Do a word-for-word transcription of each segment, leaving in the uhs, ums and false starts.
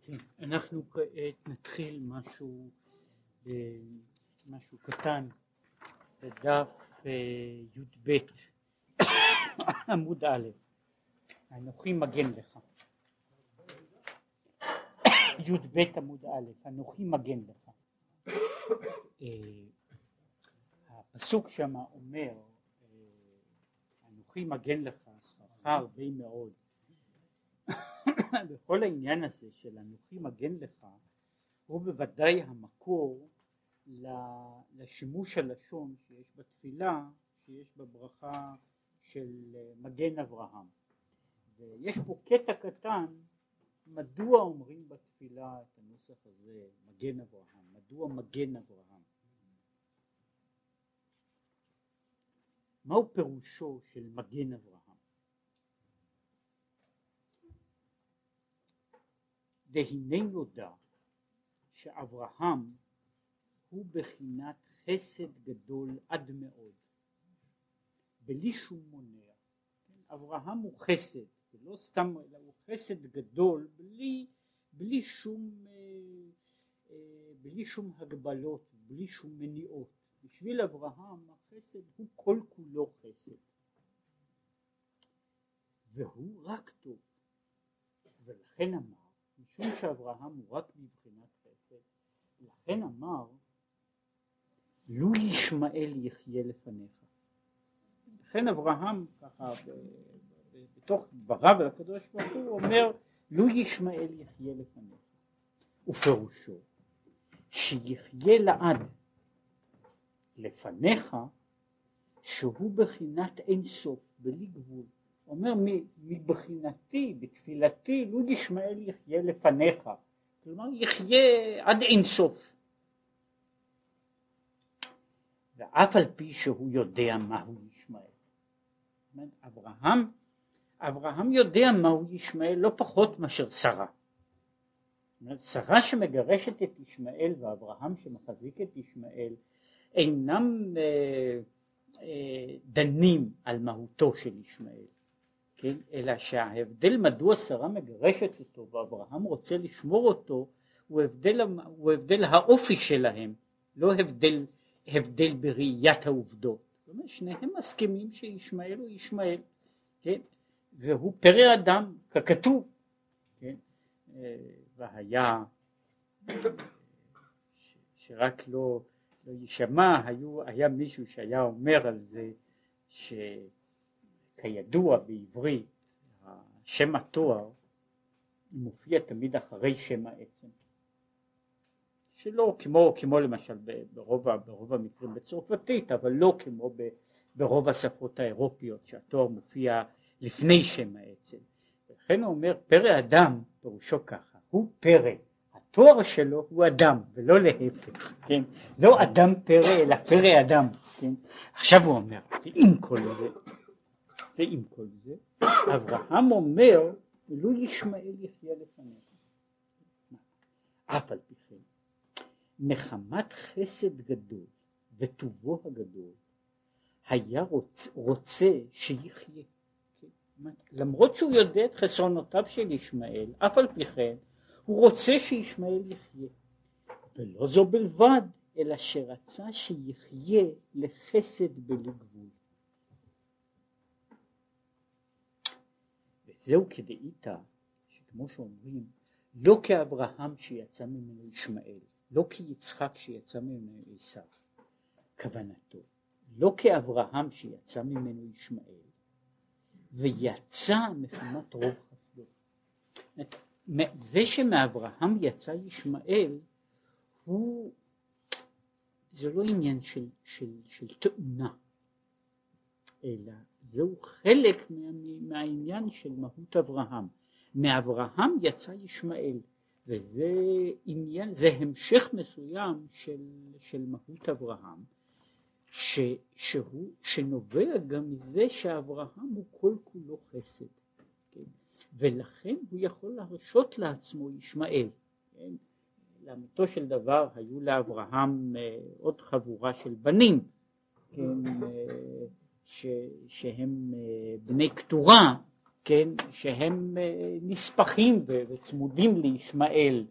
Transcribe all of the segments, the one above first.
כן, אנחנו כעת נתחיל משהו, משהו קטן בדף י"ב עמוד א', אנוכי מגן לך. י"ב עמוד א', אנוכי מגן לך. הפסוק שם אומר אנוכי מגן לך, שכרך הרבה מאוד. בכל העניין הזה של אנוכי מגן לך הוא בוודאי המקור לשימוש הלשון שיש בתפילה, שיש בברכה של מגן אברהם. ויש פה קטע קטן, מדוע אומרים בתפילה את הנוסח הזה מגן אברהם, מדוע מגן אברהם, מהו פירושו של מגן אברהם? והנה נודע שאברהם הוא בחינת חסד גדול עד מאוד, בלי שום מונע. אברהם הוא חסד, ולא סתם, אלא הוא חסד גדול בלי, בלי שום, בלי שום הגבלות, בלי שום מניעות. בשביל אברהם החסד הוא כל כולו חסד, והוא רק טוב. ולכן אמר, משום שאברהם הוא רק מבחינת חסד, לכן אמר לו ישמעאל יחיה לפניך. לכן אברהם ככה בתוך דבריו אל הקדוש ברוך הוא אומר לו ישמעאל יחיה לפניך, ופירושו שיחיה לעד לפניך, שהוא בחינת אין סוף בלי גבול. אומר מבחינתי בתפילתי לו ישמעאל יחיה לפניך, כלומר יחיה עד אין סוף, ואף על פי שהוא יודע מהו ישמעאל. אברהם אברהם יודע מהו ישמעאל לא פחות מאשר שרה. שרה שמגרשת את ישמעאל ואברהם שמחזיק את ישמעאל אינם אה, אה, דנים על מהותו של ישמעאל, כן? אלא שההבדל מדוע שרה מגרשת אותו ואברהם רוצה לשמור אותו הוא הבדל, הוא הבדל האופי שלהם, לא הבדל, הבדל בראיית העובדות. זאת אומרת, שניהם מסכימים שישמעאל הוא ישמעאל, כן? והוא פרא אדם ככתוב, כן? והיה שרק לא, לא ישמע, היו, היה מישהו שהיה אומר על זה שכידוע בעברית שם התואר מופיע תמיד אחרי שם העצם, שלא כמו, כמו למשל ברוב, ברוב המקרים בצרפתית, אבל לא כמו ברוב השפות האירופיות שהתואר מופיע לפני שם העצם. לכן הוא אומר פרא אדם פירושו ככה, הוא פרא, התואר שלו הוא אדם ולא להפך, כן? לא אדם פרא אלא פרא אדם, כן? עכשיו הוא אומר ועם כל זה ועם כל זה אברהם אומר לו ישמעאל יחיה לפניך, אף על פי כן מחמת חסד גדול וטובו הגדול היה רוצ, רוצה שיחיה, למרות שהוא יודע את חסרונותיו של ישמעאל, אף על פי כן הוא רוצה שישמעאל יחיה, ולא זו בלבד אלא שרצה שיחיה לחסד בלי גבול. וזהו כדאיתא שכמו שאומרים לא כאברהם שיצא ממנו ישמעאל, לא כיצחק שיצא ממנו עשיו, כוונתו לא כאברהם שיצא ממנו ישמעאל ויצא מחמת רוב חסדו. זה שמאברהם יצא ישמעאל הוא זה לא עניין של, של, של תאונה, אלא זהו חלק מה, מהעניין של מהות אברהם. מאברהם יצא ישמעאל, וזה עניין, זה המשך מסוים של, של מהות אברהם, ש, שהוא, שנובע גם מזה שאברהם הוא כל כולו חסד, כן? ולכן הוא יכול להרשות לעצמו ישמעאל, כן? לאמיתו של דבר היו לאברהם אה, עוד חבורה של בנים, כן? אה, ש, שהם אה, בני כתורה, כן, שהם נספחים וצמודים לישמעאל.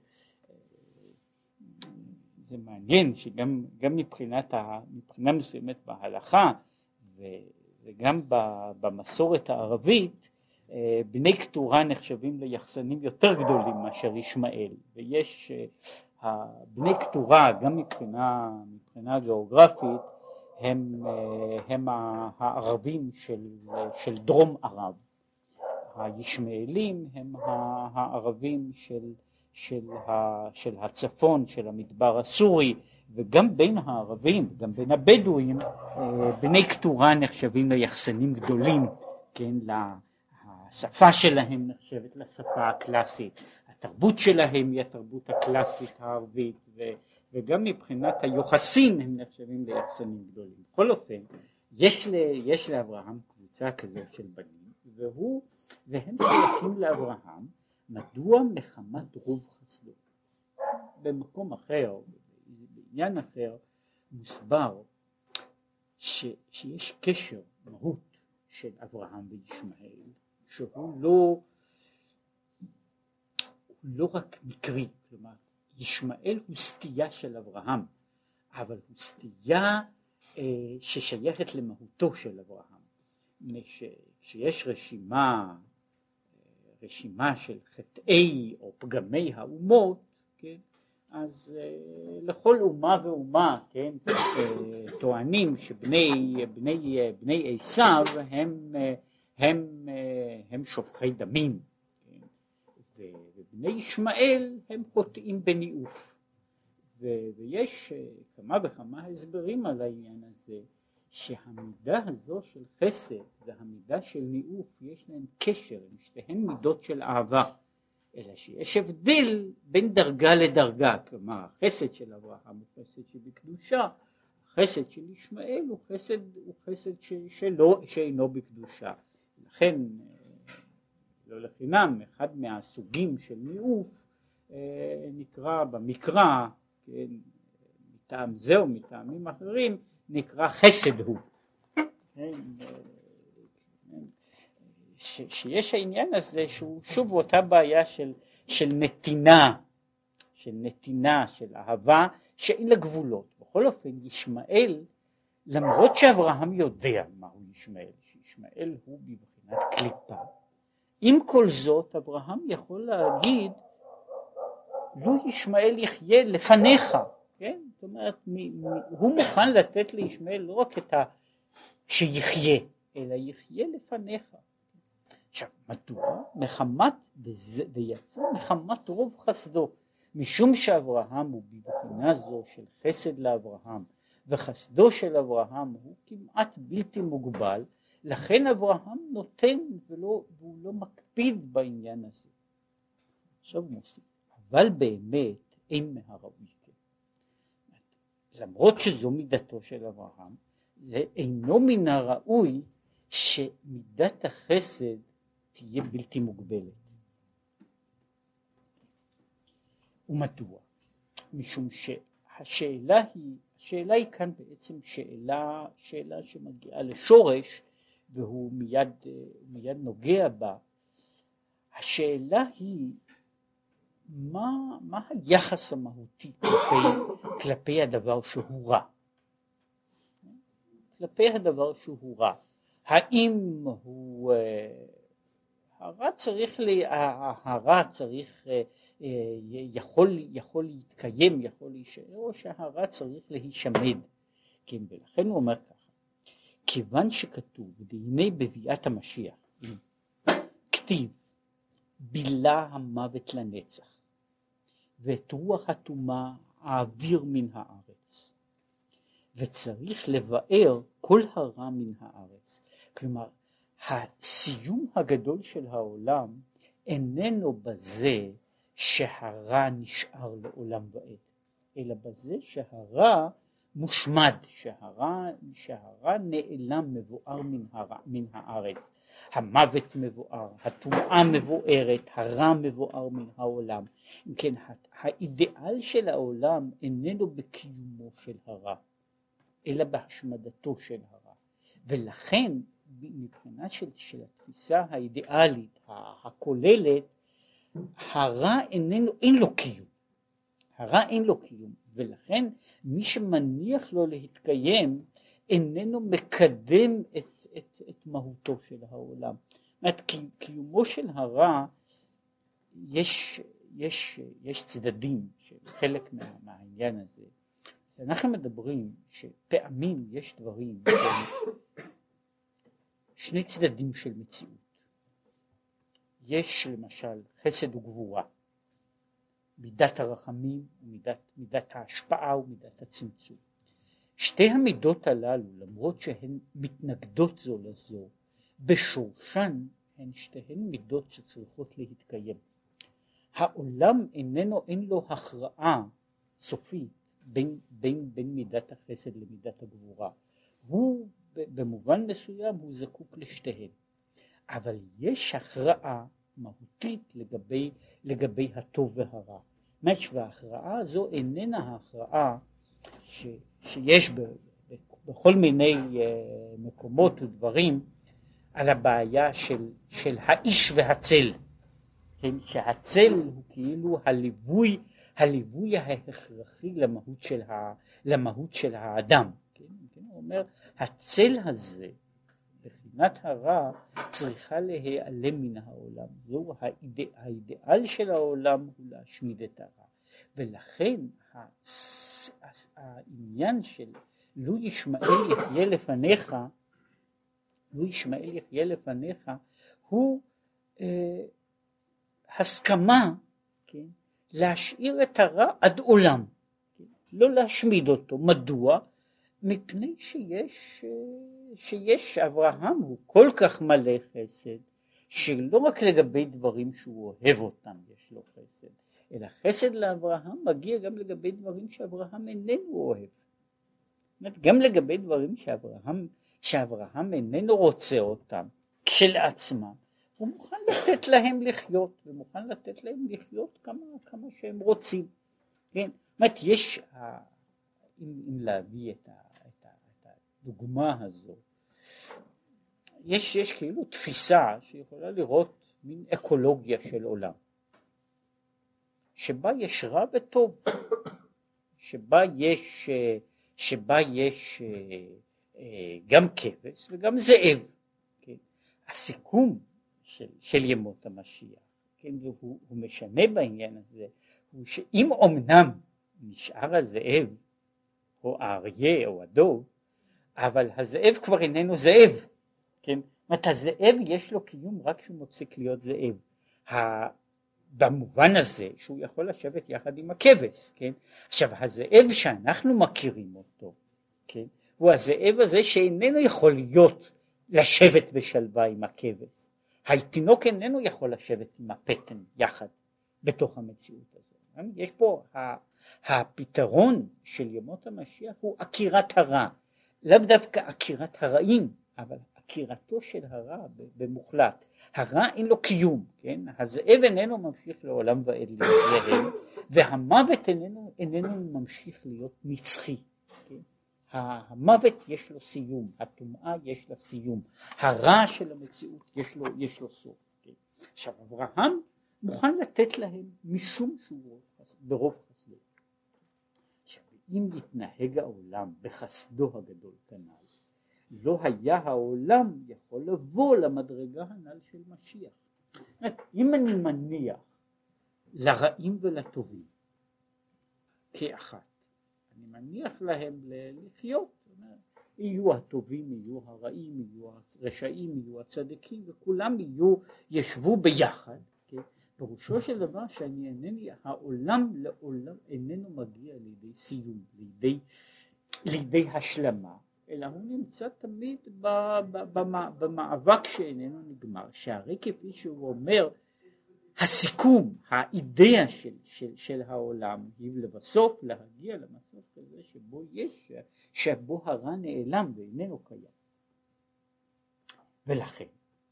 זה מעניין שגם גם מבחינת ה, מבחינה מסוימת בהלכה וגם במסורת הערבית, בני קטורה נחשבים ליחסנים יותר גדולים מאשר ישמעאל, ויש בני קטורה גם מבחינה, מבחינה גיאוגרפית הם, הם הערבים של, של דרום ערב. הישמעאלים הם הערבים של, של, של הצפון, של המדבר הסורי, וגם בין הערבים, גם בין הבדואים, בני קטורה נחשבים ליחסנים גדולים, כן, השפה שלהם נחשבת לשפה הקלאסית, התרבות שלהם היא התרבות הקלאסית הערבית, ו, וגם מבחינת היוחסין הם נחשבים ליחסנים גדולים. בכל אופן, יש, ל, יש לאברהם קבוצה כזאת של בנים, והוא, והם שייכים לאברהם, מדוע מחמת רוב חסדו. במקום אחר, בעניין אחר, מוסבר ש, שיש קשר, מהות של אברהם וישמעאל, שהוא לא, לא רק מקרי, כלומר, ישמעאל הוא סטייה של אברהם, אבל הוא סטייה אה, ששייכת למהותו של אברהם. ש, שיש רשימה, רשימה של חטאי או פגמי האומות, כן? אז אה, לכל אומה ואומה, כן, אה, טוענים שבני בני, בני עשיו הם, הם, הם שופכי דמים, כן? ובני ישמעאל הם חוטאים בניאוף. ו- ויש כמה וכמה הסברים על העניין הזה, שהמידה הזו של חסד והמידה של ניאוף יש להם קשר, הם שתיהן מידות של אהבה, אלא שיש הבדל בין דרגה לדרגה. כלומר, החסד של אברהם הוא חסד שבקדושה, החסד של ישמעאל הוא חסד, הוא חסד ש- שלא, שאינו בקדושה. לכן לא לחינם אחד מהסוגים של ניאוף נקרא במקרא, כן, מטעם זה או מטעמים אחרים, נקרא חסד הוא. ש, שיש העניין הזה שהוא שוב אותה בעיה של, של נתינה, של נתינה, של אהבה, שאין לה גבולות. בכל אופן, ישמעאל, למרות שאברהם יודע מהו ישמעאל, שישמעאל הוא בבחינת קליפה, עם כל זאת אברהם יכול להגיד, לא ישמעאל יחיה לפניך, כן? זאת אומרת, מ, מ, הוא מוכן לתת לישמעאל לא רק את ה... שיחיה, אלא יחיה לפניך. עכשיו, מדוע? מחמת, ויצא מחמת רוב חסדו, משום שאברהם הוא בבחינה זו של חסד לאברהם, וחסדו של אברהם הוא כמעט בלתי מוגבל, לכן אברהם נותן ולא, והוא לא מקפיד בעניין הזה. עכשיו מוסיף, אבל באמת אין מהראוי כן. למרות שזו מידתו של אברהם, זה אינו מן הראוי שמידת החסד תהיה בלתי מוגבלת. ומדוע? משום שהשאלה היא, השאלה היא כאן בעצם שאלה, שאלה שמגיעה לשורש, והוא מיד, מיד נוגע בה. השאלה היא, מה, מה היחס המהותי כלפי, כלפי הדבר שהוא רע? כלפי הדבר שהוא רע. האם הוא, הרע צריך, הרע צריך, יכול, יכול להתקיים, יכול להישאר, או שהרע צריך להישמד. כן, ולכן הוא אומר ככה, כיוון שכתוב, והנה בביאת המשיח, כתיב, בילה המוות לנצח, ואת רוח הטומאה האוויר מן הארץ, וצריך לבאר כל הרע מן הארץ. כלומר, הסיום הגדול של העולם איננו בזה שהרע נשאר לעולם ועד, אלא בזה שהרע מושמד, שהרע, שהרע נעלם, מבואר מן, הרע, מן הארץ. המוות מבואר, הטומאה מבוארת, הרע מבואר מן העולם. כן, האידיאל של העולם איננו בקיומו של הרע, אלא בהשמדתו של הרע. ולכן מבחינה של, של התפיסה האידיאלית הכוללת, הרע איננו, אין לו קיום, הרע אין לו קיום, ולכן מי שמניח לו להתקיים איננו מקדם את, את, את מהותו של העולם. זאת אומרת, קיומו של הרע, יש, יש, יש צדדים של חלק מה, מהעניין הזה. אנחנו מדברים שפעמים יש דברים שהם שני צדדים של מציאות. יש למשל חסד וגבורה, מידת הרחמים ומידת מידת ההשפעה ומידת הצמצום. שתי המידות הללו, למרות שהן מתנגדות זו לזו, בשורשן הן שתיהן מידות שצריכות להתקיים. העולם איננו, אין לו הכרעה סופית בין, בין, בין מידת החסד למידת הגבורה. הוא במובן מסוים הוא זקוק לשתיהן. אבל יש הכרעה מהותית לגבי, לגבי הטוב והרע. וההכרעה הזו איננה ההכרעה ש, שיש ב, ב, בכל מיני uh, מקומות ודברים על הבעיה של, של האיש והצל. כן? שהצל הוא כאילו הליווי, הליווי ההכרחי למהות של, ה, למהות של האדם. כן? כן? הוא אומר, הצל הזה, בחינת הרע, צריכה להיעלם מן העולם. זהו האידא, האידאל של העולם הוא להשמיד את הרע. ולכן העניין של לו ישמעאל יחיה לפניך, לו ישמעאל יחיה לפניך, הוא אה, הסכמה, כן, להשאיר את הרע עד עולם, כן, לא להשמיד אותו. מדוע? מפני שיש, שיש אברהם הוא כל כך מלא חסד, שלא רק לגבי דברים שהוא אוהב אותם יש לו חסד, אלא חסד לאברהם מגיע גם לגבי דברים שאברהם איננו אוהב. גם לגבי דברים שאברהם, שאברהם איננו רוצה אותם כשלעצמם, הוא מוכן לתת להם לחיות, ומוכן לתת להם לחיות כמה, כמה שהם רוצים. כן? זאת אומרת, יש, אם, אם להביא את, ה, את, ה, את הדוגמה הזו, יש, יש כאילו תפיסה שיכולה לראות מין אקולוגיה של עולם, שבה יש רע וטוב, שבה יש, שבה יש גם כבש וגם זאב. כן? הסיכום של, של ימות המשיח, כן? והוא הוא משנה בעניין הזה, הוא שאם אמנם נשאר הזאב, או האריה או הדוב, אבל הזאב כבר איננו זאב. כן? זאת אומרת, הזאב יש לו קיום רק כשהוא מפסיק להיות זאב. במובן הזה שהוא יכול לשבת יחד עם הכבש. כן? עכשיו, הזאב שאנחנו מכירים אותו, כן? הוא הזאב הזה שאיננו יכול להיות לשבת בשלווה עם הכבש. התינוק איננו יכול לשבת עם הפטן יחד בתוך המציאות הזאת. יש פה הפתרון של ימות המשיח הוא עקירת הרע, לאו דווקא עקירת הרעים, אבל עקירתו של הרע במוחלט. הרע אין לו קיום, כן? הזאב איננו ממשיך לעולם ועד להיות זאב, והמוות איננו, איננו ממשיך להיות נצחי. כן? המוות יש לו סיום, הטומאה יש לה סיום, הרע של המציאות יש לו, יש לו סוף. כן? עכשיו אברהם מוכן לתת להם משום שהוא ברוב חסדו. עכשיו אם יתנהג העולם בחסדו הגדול כנ"ל, לא היה העולם יכול לבוא למדרגה הנ"ל של משיח. אם אני מניח לרעים ולטובים כאחת, אני מניח להם לחיות, יהיו הטובים, יהיו הרעים, יהיו הרשעים, יהיו הצדיקים, וכולם יהיו, ישבו ביחד. כן? פירושו של דבר שאני אינני, העולם לעולם איננו מגיע לידי סיום, לידי, לידי השלמה, אלא הוא נמצא תמיד במאבק שאיננו נגמר, שהרי כפי שהוא אומר, הסיכום, האידאה של, של, של העולם היא לבסוף להגיע למסוף כזה שבו יש, שבו הרע נעלם ואיננו קיים. ולכן,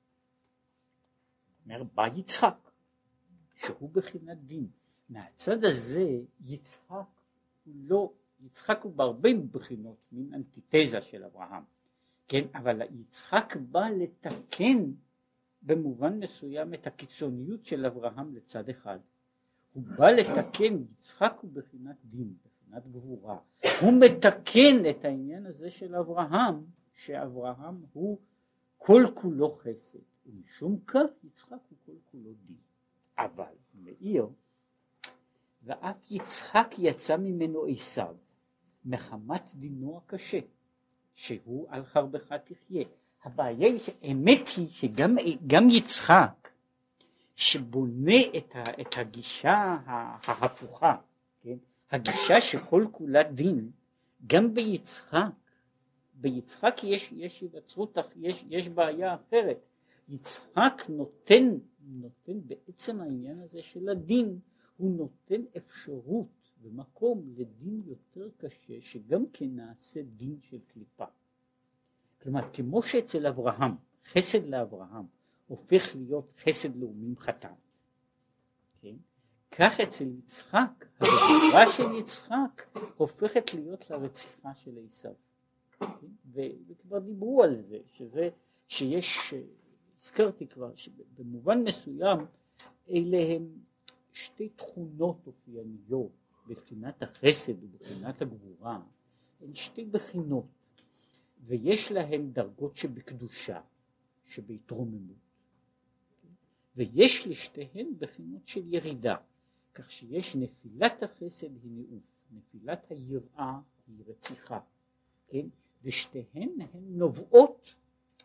אומר, בא יצחק, שהוא בחינת דין. מהצד הזה יצחק הוא לא, יצחק הוא בהרבה בחינות מן אנטיתזה של אברהם. כן, אבל יצחק בא לתקן במובן מסוים את הקיצוניות של אברהם לצד אחד. הוא בא לתקן, יצחק הוא בחינת דין, בחינת גבורה. הוא מתקן את העניין הזה של אברהם, שאברהם הוא כל כולו חסד, ומשום כך יצחק הוא כל כולו דין. אבל מאיר, ואף יצחק יצא ממנו עשיו, מחמת דינו הקשה, שהוא על חרבך תחיה. הבעיה היא, האמת היא שגם גם יצחק, שבונה את, ה, את הגישה ההפוכה, כן? הגישה שכל כולה דין, גם ביצחק, ביצחק יש, יש היווצרות, יש, יש בעיה אחרת. יצחק נותן, נותן בעצם העניין הזה של הדין, הוא נותן אפשרות ומקום לדין יותר קשה, שגם כן נעשה דין של קליפה. כלומר, כמו שאצל אברהם, חסד לאברהם, הופך להיות חסד לאומים חטאת, כן? כך אצל יצחק, הגבורה של יצחק הופכת להיות לרציחה של עשיו. כן? וכבר דיברו על זה, שזה, שיש, הזכרתי כבר, שבמובן מסוים, אלה הם שתי תכונות אופייניות, בבחינת החסד ובבחינת הגבורה, הן שתי בחינות, ויש להן דרגות שבקדושה, שבהתרוממות. ויש לשתיהן בחינות של ירידה, כך שיש נפילת החסד היא ניאוף, נפילת היראה היא רציחה, כן? ושתיהן הן נובעות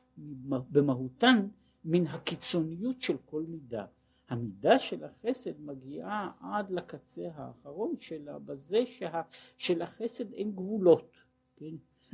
במהותן מן הקיצוניות של כל מידה. המידה של החסד מגיעה עד לקצה האחרון שלה, בזה שה, של החסד אין גבולות, כן?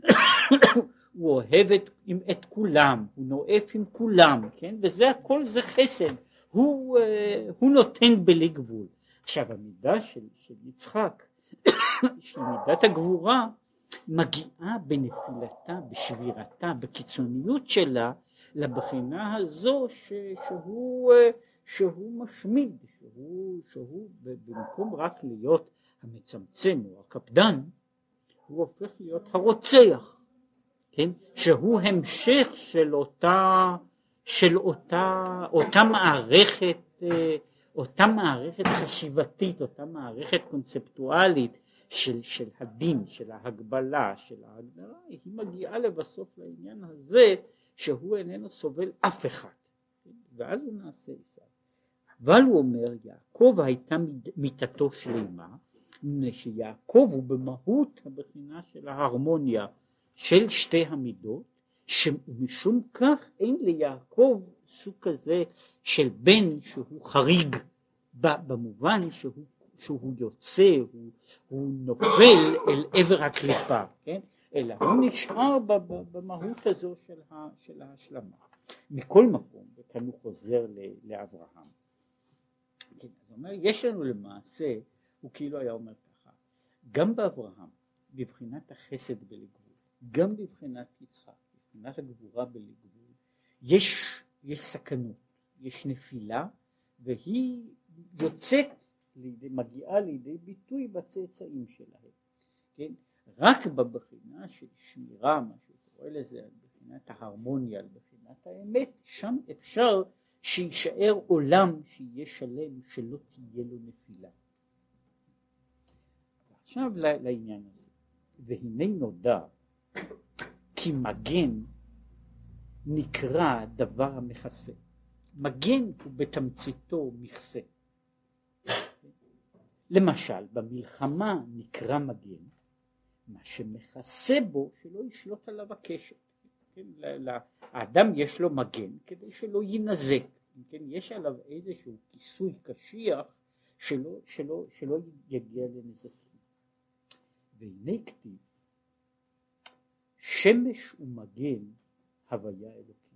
הוא אוהב את, את כולם, הוא נואף עם כולם, כן? וזה הכל זה חסד, הוא, הוא נותן בלי גבול. עכשיו המידה של, של יצחק, של מידת הגבורה, מגיעה בנפילתה, בשבירתה, בקיצוניות שלה, לבחינה הזו ש, שהוא, שהוא משמיד, שהוא, שהוא במקום רק להיות המצמצם או הקפדן, הוא הופך להיות הרוצח, כן? שהוא המשך של אותה, של אותה, אותה מערכת, אותה מערכת חשיבתית, אותה מערכת קונספטואלית של, של הדין, של ההגבלה, של ההגדרה, היא מגיעה לבסוף לעניין הזה שהוא איננו סובל אף אחד, כן? ואז הוא נעשה עשיו. אבל הוא אומר, יעקב הייתה מיתתו שלמה, שיעקב הוא במהות הבחינה של ההרמוניה של שתי המידות, שמשום כך אין ליעקב סוג כזה של בן שהוא חריג, במובן שהוא, שהוא יוצא, הוא, הוא נופל אל עבר הקליפה, כן? אלא הוא נשאר במהות הזו של, ה, של ההשלמה. מכל מקום, וכאן הוא חוזר לאברהם. כן, אז הוא אומר, יש לנו למעשה, הוא כאילו היה אומר ככה, גם באברהם, בבחינת החסד בלי גבול, גם בבחינת יצחק, בבחינת הגבורה בלי גבול, יש, יש סכנות, יש נפילה, והיא יוצאת, לידי, מגיעה לידי ביטוי בצאצאים שלהם. כן? רק בבחינה של שמירה, מה שהוא קורא לזה, על בחינת ההרמוניה, על בחינת האמת, שם אפשר שישאר עולם שיהיה שלם, שלא תהיה לו נפילה. עכשיו לעניין הזה, והנה נודע כי מגן נקרא דבר המכסה. מגן הוא בתמציתו מכסה. למשל במלחמה נקרא מגן מה שמכסה בו שלא ישלוט עליו הקשת. כן? האדם יש לו מגן כדי שלא ינזק, כן? יש עליו איזשהו כיסוי קשיח שלא, שלא, שלא יגיע לנזקים. והנה כתיב שמש ומגן הוויה אלוקית.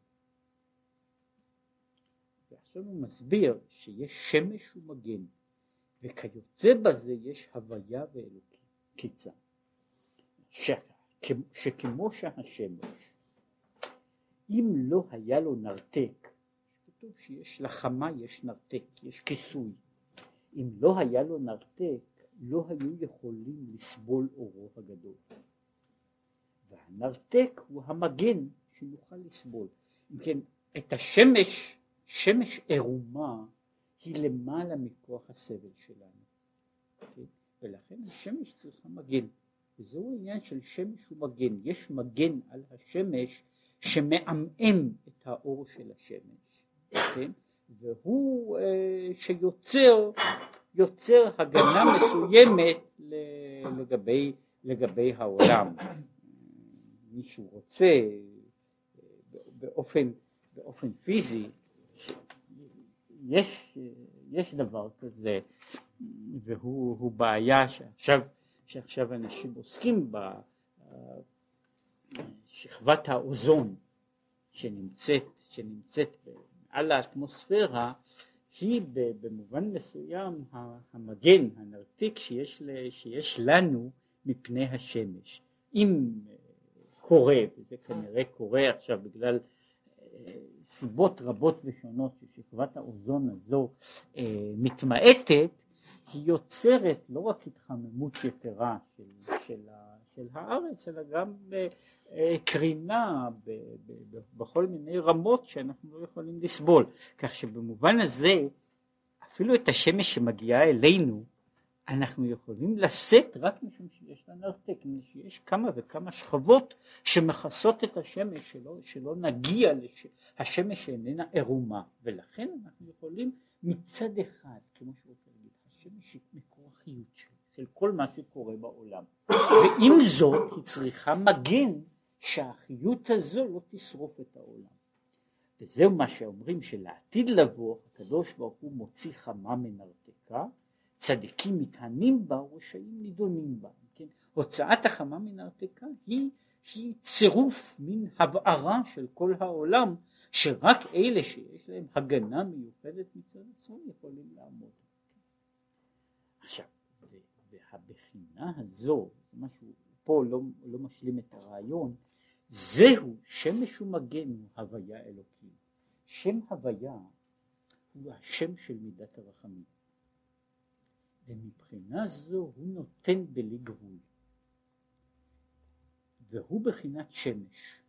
ועכשיו הוא מסביר שיש שמש ומגן, וכיוצא בזה יש הוויה ואלוקית. כיצד? ש... שכמו שהשמש, אם לא היה לו נרתק, כתוב שיש לחמה יש נרתק, יש כיסוי, אם לא היה לו נרתק, לא היו יכולים לסבול אורו הגדול. והנרתק הוא המגן שנוכל לסבול. אם כן, את השמש, שמש עירומה, היא למעלה מכוח הסבל שלנו. כן? ולכן השמש צריכה מגן. וזהו העניין של שמש ומגן. יש מגן על השמש שמעמעם את האור של השמש. כן? והוא אה, שיוצר יוצר הגנה מסוימת לגבי, לגבי העולם. מישהו רוצה באופן, באופן פיזי, יש, יש דבר כזה, והוא בעיה שעכשיו, שעכשיו אנשים עוסקים בה, שכבת האוזון שנמצאת, שנמצאת על האטמוספירה, היא במובן מסוים המגן, הנרתיק שיש, שיש לנו מפני השמש. אם קורה, וזה כנראה קורה עכשיו בגלל סיבות רבות ושונות ששכבת האוזון הזו מתמעטת, היא יוצרת לא רק התחממות יתרה של, של, של הארץ, אלא גם קרינה ב, ב, ב, בכל מיני רמות שאנחנו לא יכולים לסבול. כך שבמובן הזה, אפילו את השמש שמגיעה אלינו, אנחנו יכולים לשאת רק משום שיש לה נרתק, שיש כמה וכמה שכבות שמכסות את השמש, שלא, שלא נגיע, לש... השמש שאיננה עירומה, ולכן אנחנו יכולים מצד אחד, כמו שרוצה להגיד, השמש היא מקור החיות של, של כל מה שקורה בעולם, ועם זאת היא צריכה מגן שהחיות הזו לא תשרוף את העולם. וזהו מה שאומרים, שלעתיד לבוא הקדוש ברוך הוא מוציא חמה מנרתקה, צדיקים מתענים בה ורשעים נידונים בה. כן? הוצאת החמה מנרתקה היא, היא צירוף מין הבערה של כל העולם, שרק אלה שיש להם הגנה מיוחדת מצד עצמם יכולים לעמוד. עכשיו, והבחינה הזו, זה משהו, פה לא, לא משלים את הרעיון, זהו שמש ומגן הוא הוויה אלוקים. שם הוויה הוא השם של מידת הרחמים. ומבחינה זו הוא נותן בלי גבול. והוא בחינת שמש.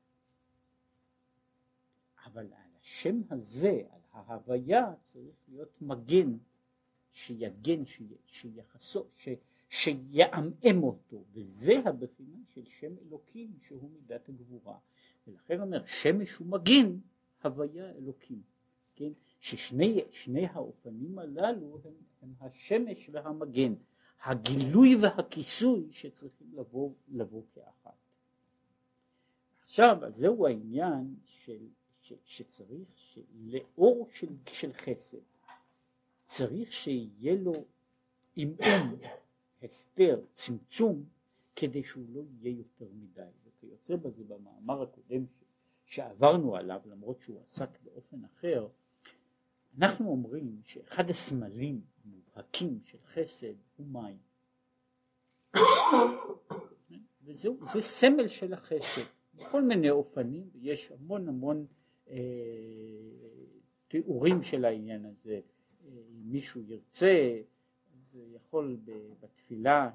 אבל על השם הזה, על ההוויה, צריך להיות מגן, שיגן, שיחסו, ש... שיעמם אותו, וזה הבחינה של שם אלוקים שהוא מידת הגבורה. ולכן אומר שמש ומגן הוויה אלוקים, כן? ששני שני האופנים הללו הם, הם השמש והמגן, הגילוי והכיסוי שצריכים לבוא, לבוא כאחת. עכשיו, אז זהו העניין של, ש, שצריך לאור של, של חסד, צריך שיהיה לו עמעום, הסתר, צמצום, כדי שהוא לא יהיה יותר מדי. וכיוצא בזה במאמר הקודם שעברנו עליו, למרות שהוא עסק באופן אחר, אנחנו אומרים שאחד הסמלים המובהקים של חסד הוא מים. וזהו, זה סמל של החסד. בכל מיני אופנים, יש המון המון אה, תיאורים של העניין הזה. אם מישהו ירצה, זה יכול בתפילה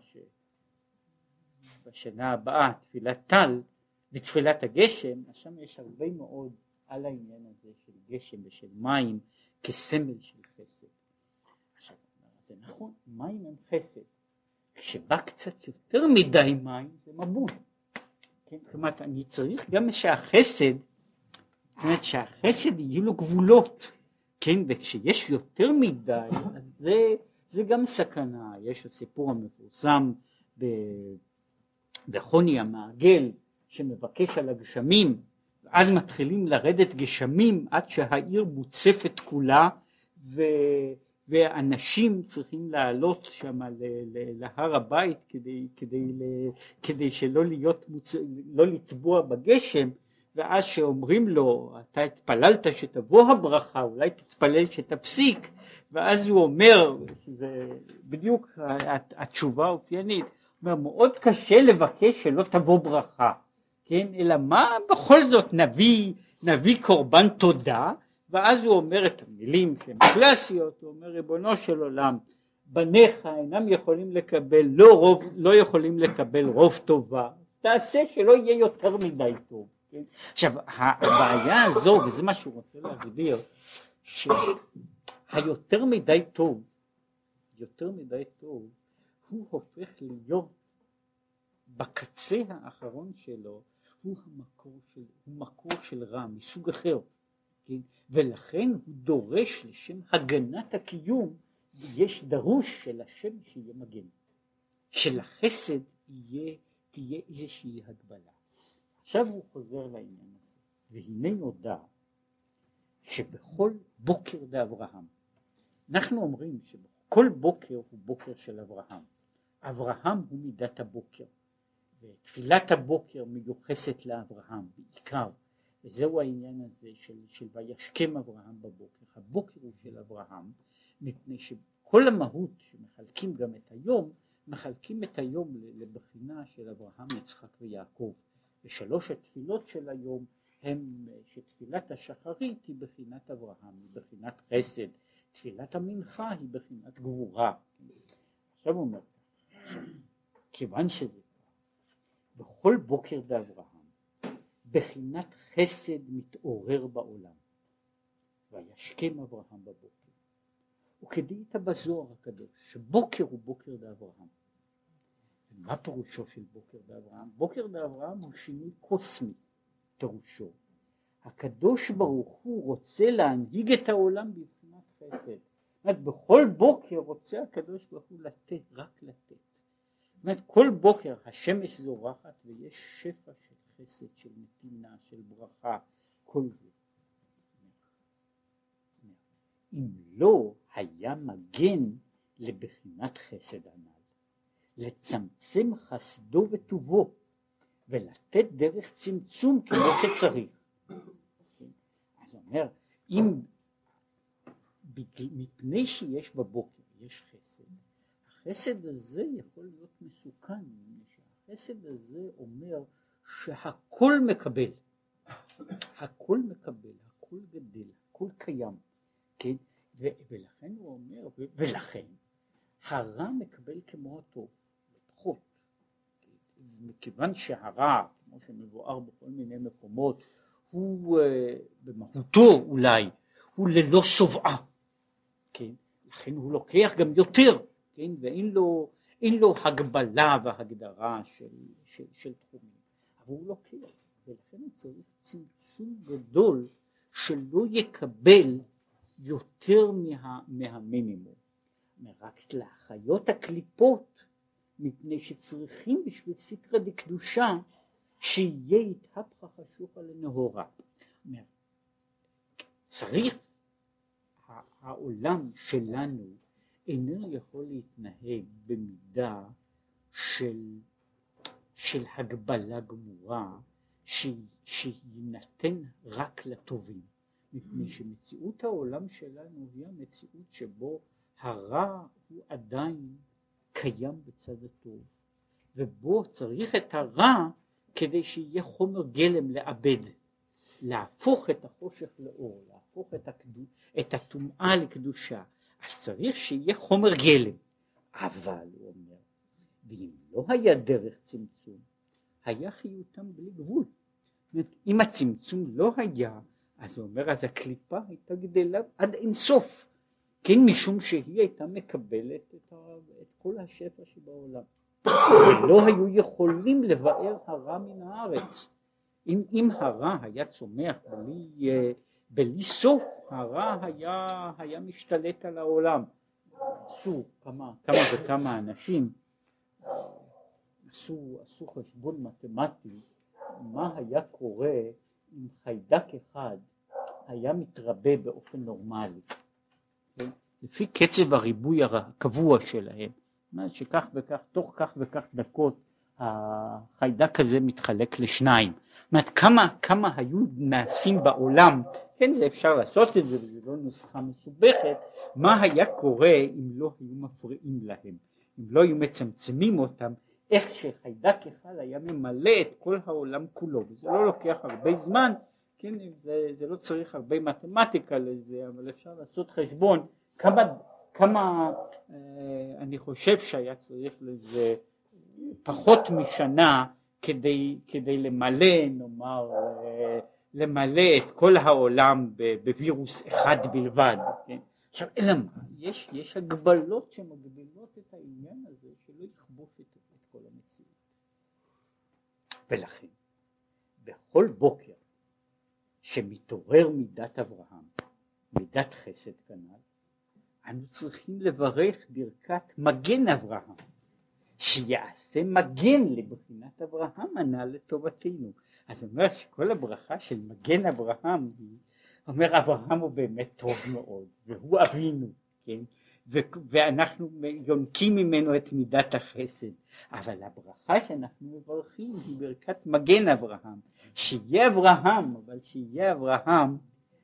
שבשנה הבאה, תפילת טל ותפילת הגשם, אז שם יש הרבה מאוד על העניין הזה של גשם ושל מים כסמל של חסד. עכשיו, זה נכון, מים הם חסד. כשבא קצת יותר מדי מים זה מבול. כן? כלומר, אני צריך גם שהחסד, זאת אומרת שהחסד יהיו לו גבולות. כן, וכשיש יותר מדי, אז זה, זה גם סכנה. יש הסיפור המפורסם בחוני המעגל, שמבקש על הגשמים, ואז מתחילים לרדת גשמים עד שהעיר מוצפת כולה, ו, ואנשים צריכים לעלות שם להר הבית כדי, כדי, כדי שלא להיות מוצ... לא לטבוע בגשם. ואז שאומרים לו, אתה התפללת שתבוא הברכה, אולי תתפלל שתפסיק, ואז הוא אומר, שזה בדיוק התשובה האופיינית, הוא אומר, מאוד קשה לבקש שלא תבוא ברכה, כן? אלא מה בכל זאת נביא, נביא קורבן תודה, ואז הוא אומר את המילים שהן קלאסיות, הוא אומר, ריבונו של עולם, בניך אינם יכולים לקבל, לא, רוב, לא יכולים לקבל רוב טובה, תעשה שלא יהיה יותר מדי טוב. כן? עכשיו הבעיה הזו, וזה מה שהוא רוצה להסביר, שהיותר מדי טוב, יותר מדי טוב, הוא הופך להיות בקצה האחרון שלו, הוא המקור של, הוא מקור של רע מסוג אחר, כן? ולכן הוא דורש לשם הגנת הקיום, יש דרוש של השם שיהיה מגן, שלחסד יהיה, תהיה איזושהי הגבלה. עכשיו הוא חוזר לעניין הזה, והנה נודע שבכל בוקר באברהם, אנחנו אומרים שכל בוקר הוא בוקר של אברהם, אברהם הוא מידת הבוקר, ותפילת הבוקר מיוחסת לאברהם בעיקר, וזהו העניין הזה של, של וישכם אברהם בבוקר, הבוקר הוא של אברהם, מפני שכל המהות שמחלקים גם את היום, מחלקים את היום לבחינה של אברהם, יצחק ויעקב, ושלוש התפילות של היום הם שתפילת השחרית היא בחינת אברהם, היא בחינת חסד, תפילת המנחה היא בחינת גבורה. עכשיו הוא אומר, כיוון שזה בכל בוקר באברהם, בחינת חסד מתעורר בעולם, וישכם אברהם בבוקר. וכדאית בזוהר הקדוש, שבוקר הוא בוקר באברהם. מה פירושו של בוקר באברהם? בוקר באברהם הוא שינוי קוסמי, פירושו. הקדוש ברוך הוא רוצה להנהיג את העולם בבחינת חסד. זאת אומרת, בכל בוקר רוצה הקדוש ברוך הוא לתת, רק לתת. זאת אומרת, כל בוקר השמש זורחת ויש שפע של חסד, של נתינה, של ברכה, כל זה. אם לא היה מגן לבחינת חסד הנ"ל, לצמצם חסדו וטובו, ולתת דרך צמצום כמו שצריך. אז הוא אומר, אם מפני שיש בבוקר, יש חסד, החסד הזה יכול להיות מסוכן, שהחסד הזה אומר שהכל מקבל, הכל מקבל, הכל גדל, הכל קיים, כן? ו- ולכן הוא אומר, ו- ולכן הרע מקבל כמו הטוב, לפחות, מכיוון שהרע, כמו שמבואר בכל מיני מקומות, הוא uh, במהותו אולי, הוא ללא שובעה, כן? לכן הוא לוקח גם יותר, כן? ואין לו, אין לו הגבלה והגדרה של, של, של תחומים, אבל הוא לוקח, ולכן הוא צריך צמצום גדול שלא יקבל יותר מה, מהמינימום. רק להחיות הקליפות, מפני שצריכים בשביל סתרא דקדושה שיהיה התהפך החשוך לנהורה. צריך, העולם שלנו אינו יכול להתנהג במידה של, של הגבלה גמורה שיינתן רק לטובים. מפני שמציאות העולם שלנו היא המציאות שבו הרע הוא עדיין קיים בצד הטוב, ובו צריך את הרע כדי שיהיה חומר גלם לעבד, להפוך את החושך לאור, להפוך את, הקדוש, את הטומאה לקדושה. אז צריך שיהיה חומר גלם. אבל הוא אומר, ואם לא היה דרך צמצום, היה חיותם בלי גבול. אם הצמצום לא היה, אז הוא אומר, אז הקליפה הייתה גדלה עד אינסוף, כן, משום שהיא הייתה מקבלת את, ה, את כל השפע שבעולם. ולא היו יכולים לבאר הרע מן הארץ. אם, אם הרע היה צומח בלי, בלי סוף, הרע היה, היה משתלט על העולם. עשו כמה, כמה וכמה אנשים, עשו, עשו חשבון מתמטי, מה היה קורה אם חיידק אחד היה מתרבה באופן נורמלי, לפי קצב הריבוי הקבוע שלהם, שכך וכך, תוך כך וכך דקות, החיידק הזה מתחלק לשניים. זאת אומרת, כמה, כמה היו נעשים בעולם, כן, זה אפשר לעשות את זה, וזה לא נוסחה מסובכת, מה היה קורה אם לא היו מפריעים להם, אם לא היו מצמצמים אותם, איך שחיידק אחד היה ממלא את כל העולם כולו, וזה לא לוקח הרבה זמן, כן, זה, זה לא צריך הרבה מתמטיקה לזה, אבל אפשר לעשות חשבון, כמה, כמה אה, אני חושב שהיה צריך לזה פחות משנה כדי, כדי למלא, נאמר, למלא את כל העולם בווירוס אחד בלבד, כן? עכשיו, אלא מה? יש, יש הגבלות שמגבילות את העניין הזה, שלא יכבוש את, את כל המציאות. ולכן, בכל בוקר שמתעורר מידת אברהם, מידת חסד כנ"ל, אנו צריכים לברך ברכת מגן אברהם, שיעשה מגן לבחינת אברהם הנ"ל לטובתנו. אז אומר שכל הברכה של מגן אברהם היא, אומר אברהם הוא באמת טוב מאוד, והוא אבינו, כן? ו- ואנחנו יונקים ממנו את מידת החסד, אבל הברכה שאנחנו מברכים היא ברכת מגן אברהם, שיהיה אברהם, אבל שיהיה אברהם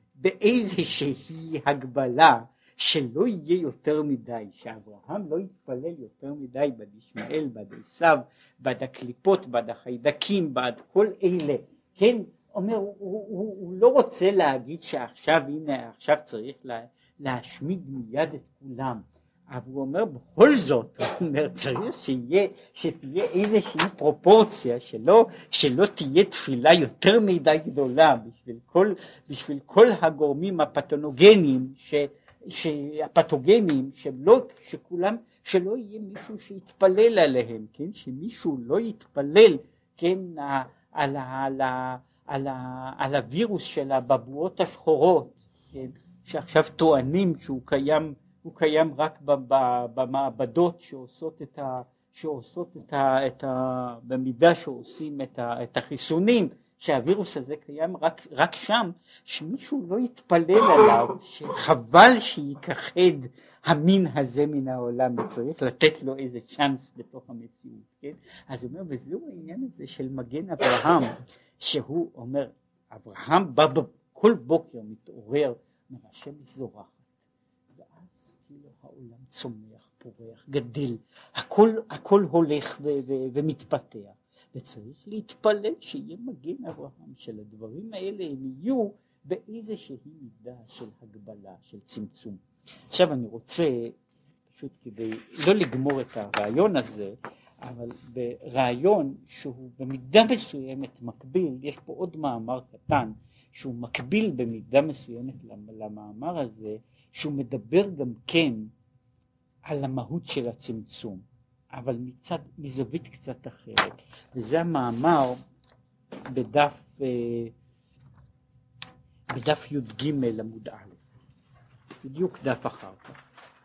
באיזושהי הגבלה, שלא יהיה יותר מדי, שאברהם לא יתפלל יותר מדי בד ישמעאל, בד עשיו, בד הקליפות, בד החיידקים, בד כל אלה, כן? אומר, הוא, הוא, הוא, הוא לא רוצה להגיד שעכשיו, הנה, עכשיו צריך לה, להשמיד מיד את כולם, אבל הוא אומר, בכל זאת, הוא אומר, צריך שיהיה, שתהיה איזושהי פרופורציה, שלא, שלא תהיה תפילה יותר מדי גדולה, בשביל כל, בשביל כל הגורמים הפתולוגנים, ש, שהפתוגנים, שלא, שכולם, שלא יהיה מישהו שיתפלל עליהם, כן? שמישהו לא יתפלל, כן, על ה, על ה, על ה, על הווירוס של הבבואות השחורות, כן? שעכשיו טוענים שהוא קיים, הוא קיים רק במעבדות שעושות את ה, שעושות את ה, את ה, במידה שעושים את ה, את החיסונים, שהווירוס הזה קיים רק, רק שם, שמישהו לא יתפלל עליו, שחבל שיכחד המין הזה מן העולם, וצריך לתת לו איזה צ'אנס בתוך המציאות, כן? אז הוא אומר, וזהו העניין הזה של מגן אברהם, שהוא אומר, אברהם בא כל בוקר מתעורר, אומר, השם זורחת, ואז כאילו העולם צומח, פורח, גדל, הכל, הכל הולך ו- ו- ומתפתח, וצריך להתפלל שיהיה מגן אברהם, של הדברים האלה הם יהיו באיזושהי מידה של הגבלה, של צמצום. עכשיו אני רוצה, פשוט כדי לא לגמור את הרעיון הזה, אבל ברעיון שהוא במידה מסוימת מקביל, יש פה עוד מאמר קטן, שהוא מקביל במידה מסוימת למאמר הזה, שהוא מדבר גם כן על המהות של הצמצום, אבל מצד, מזווית קצת אחרת, וזה המאמר בדף, בדף י"ג עמוד א', בדיוק דף אחר כך.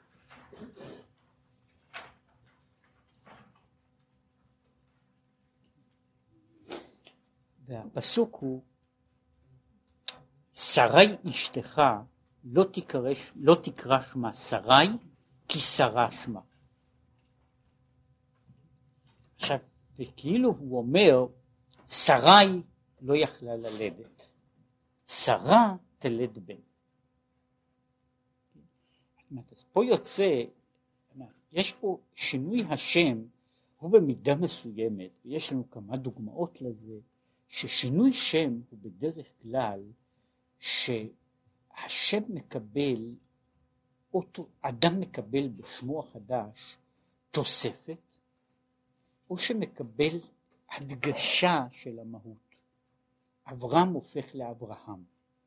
והפסוק הוא, שרי אשתך לא תקרא, לא תקרא שמה שרי, כי שרה שמה. עכשיו, וכאילו הוא אומר, שרי לא יכלה ללדת, שרה תלד בן. אז פה יוצא, יש פה שינוי השם, הוא במידה מסוימת, ויש לנו כמה דוגמאות לזה, ששינוי שם הוא בדרך כלל, שהשם מקבל, אותו, אדם מקבל בשמו החדש תוספת, או שמקבל הדגשה של המהות. אברהם הופך לאברהם,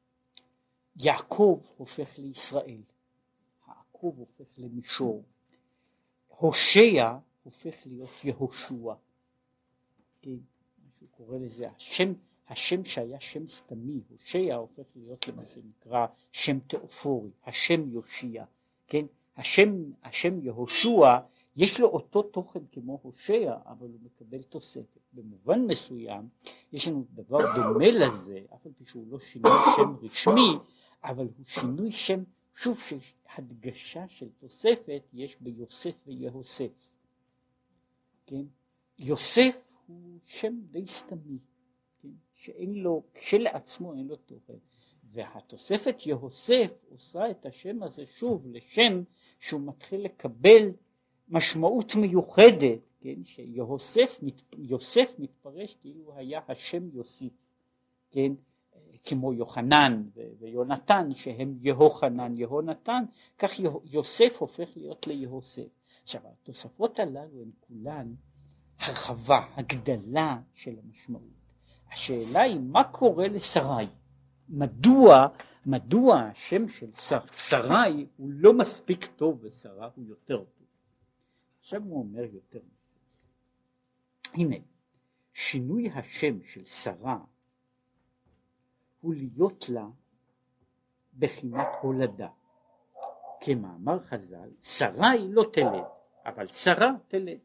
יעקב הופך לישראל, יעקב הופך למישור, הושע הופך להיות יהושע. כן, משהו קורא לזה, השם, השם שהיה שם סתמי, הושע הופך להיות למה שנקרא שם תיאופורי, השם יושיע. כן, השם, השם יהושע, יש לו אותו תוכן כמו הושע, אבל הוא מקבל תוספת. במובן מסוים, יש לנו דבר דומה לזה, אף על פי שהוא לא שינוי שם רשמי, אבל הוא שינוי שם, שוב שהדגשה של תוספת יש ביוסף ויהוסף. כן? יוסף הוא שם די סתמי, כן? שאין לו, כשלעצמו אין לו תוכן. והתוספת יהוסף עושה את השם הזה שוב לשם שהוא מתחיל לקבל משמעות מיוחדת, כן? שיהוסף יוסף מתפרש כאילו היה השם יוסיף, כן? כמו יוחנן ו- ויונתן שהם יהוחנן יהונתן, כך יוסף הופך להיות ליהוסף. עכשיו התוספות הללו הן כולן הרחבה, הגדלה של המשמעות. השאלה היא מה קורה לשרי, מדוע, מדוע השם של שר, שרי הוא לא מספיק טוב ושרה הוא יותר טוב. עכשיו הוא אומר יותר מזה. הנה, שינוי השם של שרה הוא להיות לה בחינת הולדה. כמאמר חז"ל, שרה היא לא תלד, אבל שרה תלד.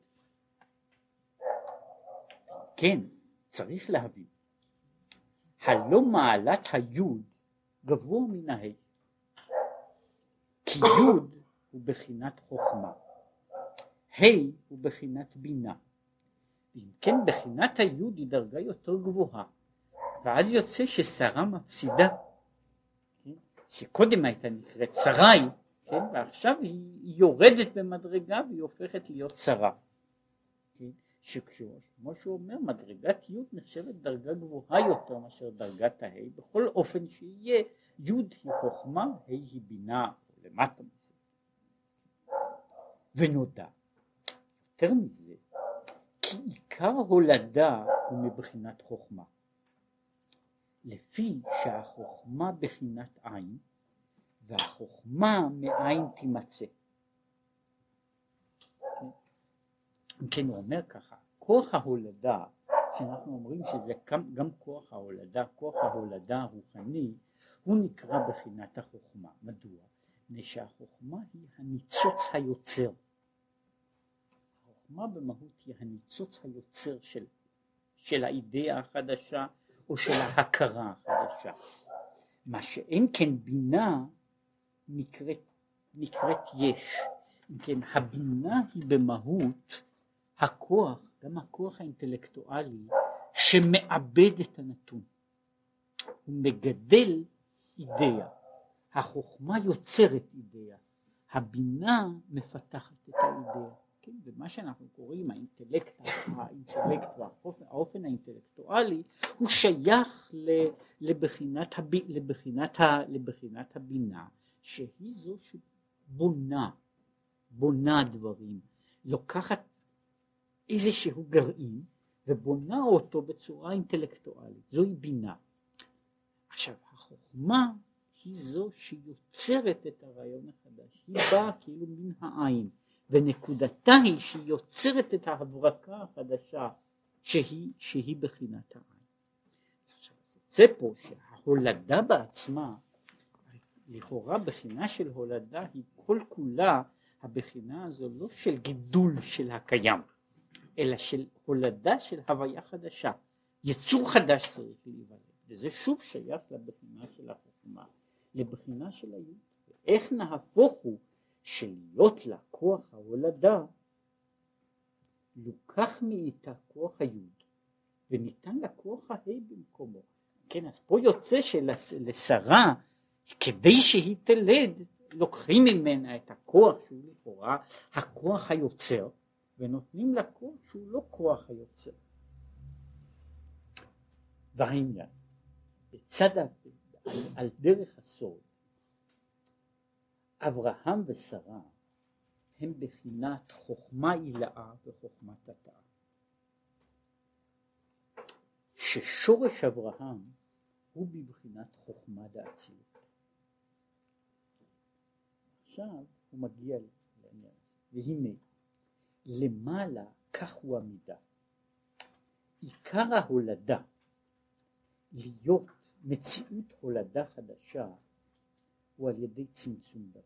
כן, צריך להבין. הלא מעלת היוד גבוה מן הה', כי יוד הוא בחינת חוכמה, ה' הוא בחינת בינה. אם כן, בחינת היוד היא דרגה יותר גבוהה, ואז יוצא ששרה מפסידה, כן? שקודם הייתה נקראת שרי, כן? ועכשיו היא, היא יורדת במדרגה והיא הופכת להיות שרה. כן? שכמו שהוא אומר, מדרגת י' נחשבת דרגה גבוהה יותר מאשר דרגת הה', בכל אופן שיהיה, י' היא חוכמה, ה' היא בינה, למטה מזה. ונודע, יותר מזה, כי עיקר הולדה הוא מבחינת חוכמה. לפי שהחוכמה בחינת עין, והחוכמה מאין תימצא. כן, הוא אומר ככה, כוח ההולדה, שאנחנו אומרים שזה גם, גם כוח ההולדה, כוח ההולדה הרוחני, הוא נקרא בחינת החוכמה. מדוע? מפני שהחוכמה היא הניצוץ היוצר. החוכמה במהות היא הניצוץ היוצר של, של האידאה החדשה, או של ההכרה החדשה. מה שאין כן בינה נקראת, נקראת יש. אם כן, הבינה היא במהות הכוח, גם הכוח האינטלקטואלי שמאבד את הנתון. הוא מגדל אידאה. החוכמה יוצרת אידאה. הבינה מפתחת את האידאה. כן? ומה שאנחנו קוראים האינטלקט, האינטלקט והאופן, האופן האינטלקטואלי הוא שייך לבחינת, הב, לבחינת, ה, לבחינת הבינה, שהיא זו שבונה, בונה דברים, לוקחת איזשהו גרעין ובונה אותו בצורה אינטלקטואלית. זוהי בינה. עכשיו, החוכמה היא זו שיוצרת את הרעיון החדש. היא באה כאילו מן העין, ונקודתה היא שהיא יוצרת את ההברקה החדשה שהיא, שהיא בחינת העין. עכשיו, זה פה שההולדה בעצמה, לכאורה בחינה של הולדה היא כל כולה, הבחינה הזו לא של גידול של הקיים, אלא של הולדה של הוויה חדשה. יצור חדש צריך להיוולד, וזה שוב שייך לבחינה של החוכמה, לבחינה של היוד. איך נהפוך הוא שלהיות לה כוח ההולדה, לוקח מאיתה כוח היוד, וניתן לה כוח הה' במקומו. כן, אז פה יוצא שלשרה, כדי שהיא תלד, לוקחים ממנה את הכוח שהוא לכאורה הכוח היוצר, ונותנים לה כוח שהוא לא כוח היוצר. והעניין, בצד, על, על דרך הסוד, אברהם ושרה הם בחינת חוכמה עילאה וחוכמה תתאה. ששורש אברהם הוא בבחינת חוכמה דאצילות. עכשיו הוא מגיע לעניין הזה, והנה למעלה כך הוא המידה. עיקר ההולדה, להיות מציאות הולדה חדשה, הוא על ידי צמצום דווקא.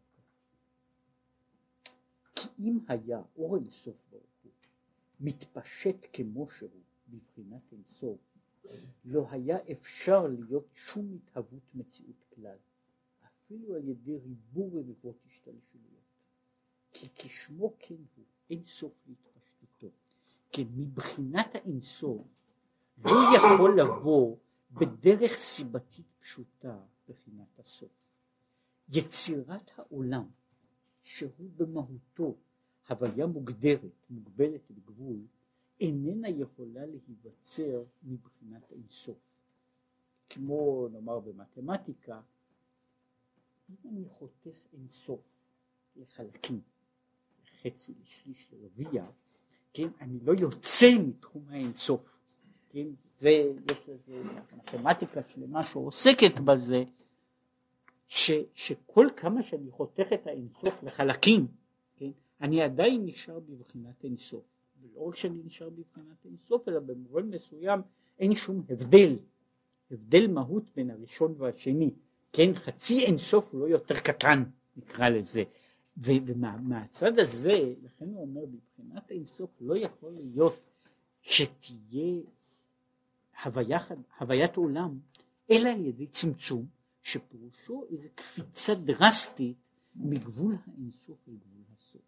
כי אם היה אור אינסוף ברוך הוא מתפשט כמו שהוא בבחינת אינסוף, לא היה אפשר להיות שום התהוות מציאות כלל, אפילו על ידי ריבוי רבבות השתלשלויות. כי כשמו כן הוא, אינסוף להתפשטותו. כן, מבחינת האינסוף לא יכול לבוא בדרך סיבתית פשוטה בחינת הסוף. יצירת העולם שהוא במהותו הוויה מוגדרת, מוגבלת בגבול, איננה יכולה להיווצר מבחינת אינסוף. כמו נאמר במתמטיקה, אם אני חותך אינסוף לחלקים, לחצי, לשליש, לרביע, כן, אני לא יוצא מתחום האינסוף, כן, זה, יש לזה מתמטיקה שלמה שעוסקת בזה, ש, שכל כמה שאני חותך את האינסוף לחלקים, כן, אני עדיין נשאר בבחינת אינסוף, ולא רק שאני נשאר בבחינת אינסוף, אלא במובן מסוים אין שום הבדל, הבדל מהות בין הראשון והשני, כן, חצי אינסוף הוא לא יותר קטן, נקרא לזה, ומהצד הזה, לכן הוא אומר, בבחינת אינסוף לא יכול להיות שתהיה הוויה, הוויית עולם, אלא על ידי צמצום, שפירושו איזו קפיצה דרסטית מגבול האינסוף לגבול הסוף.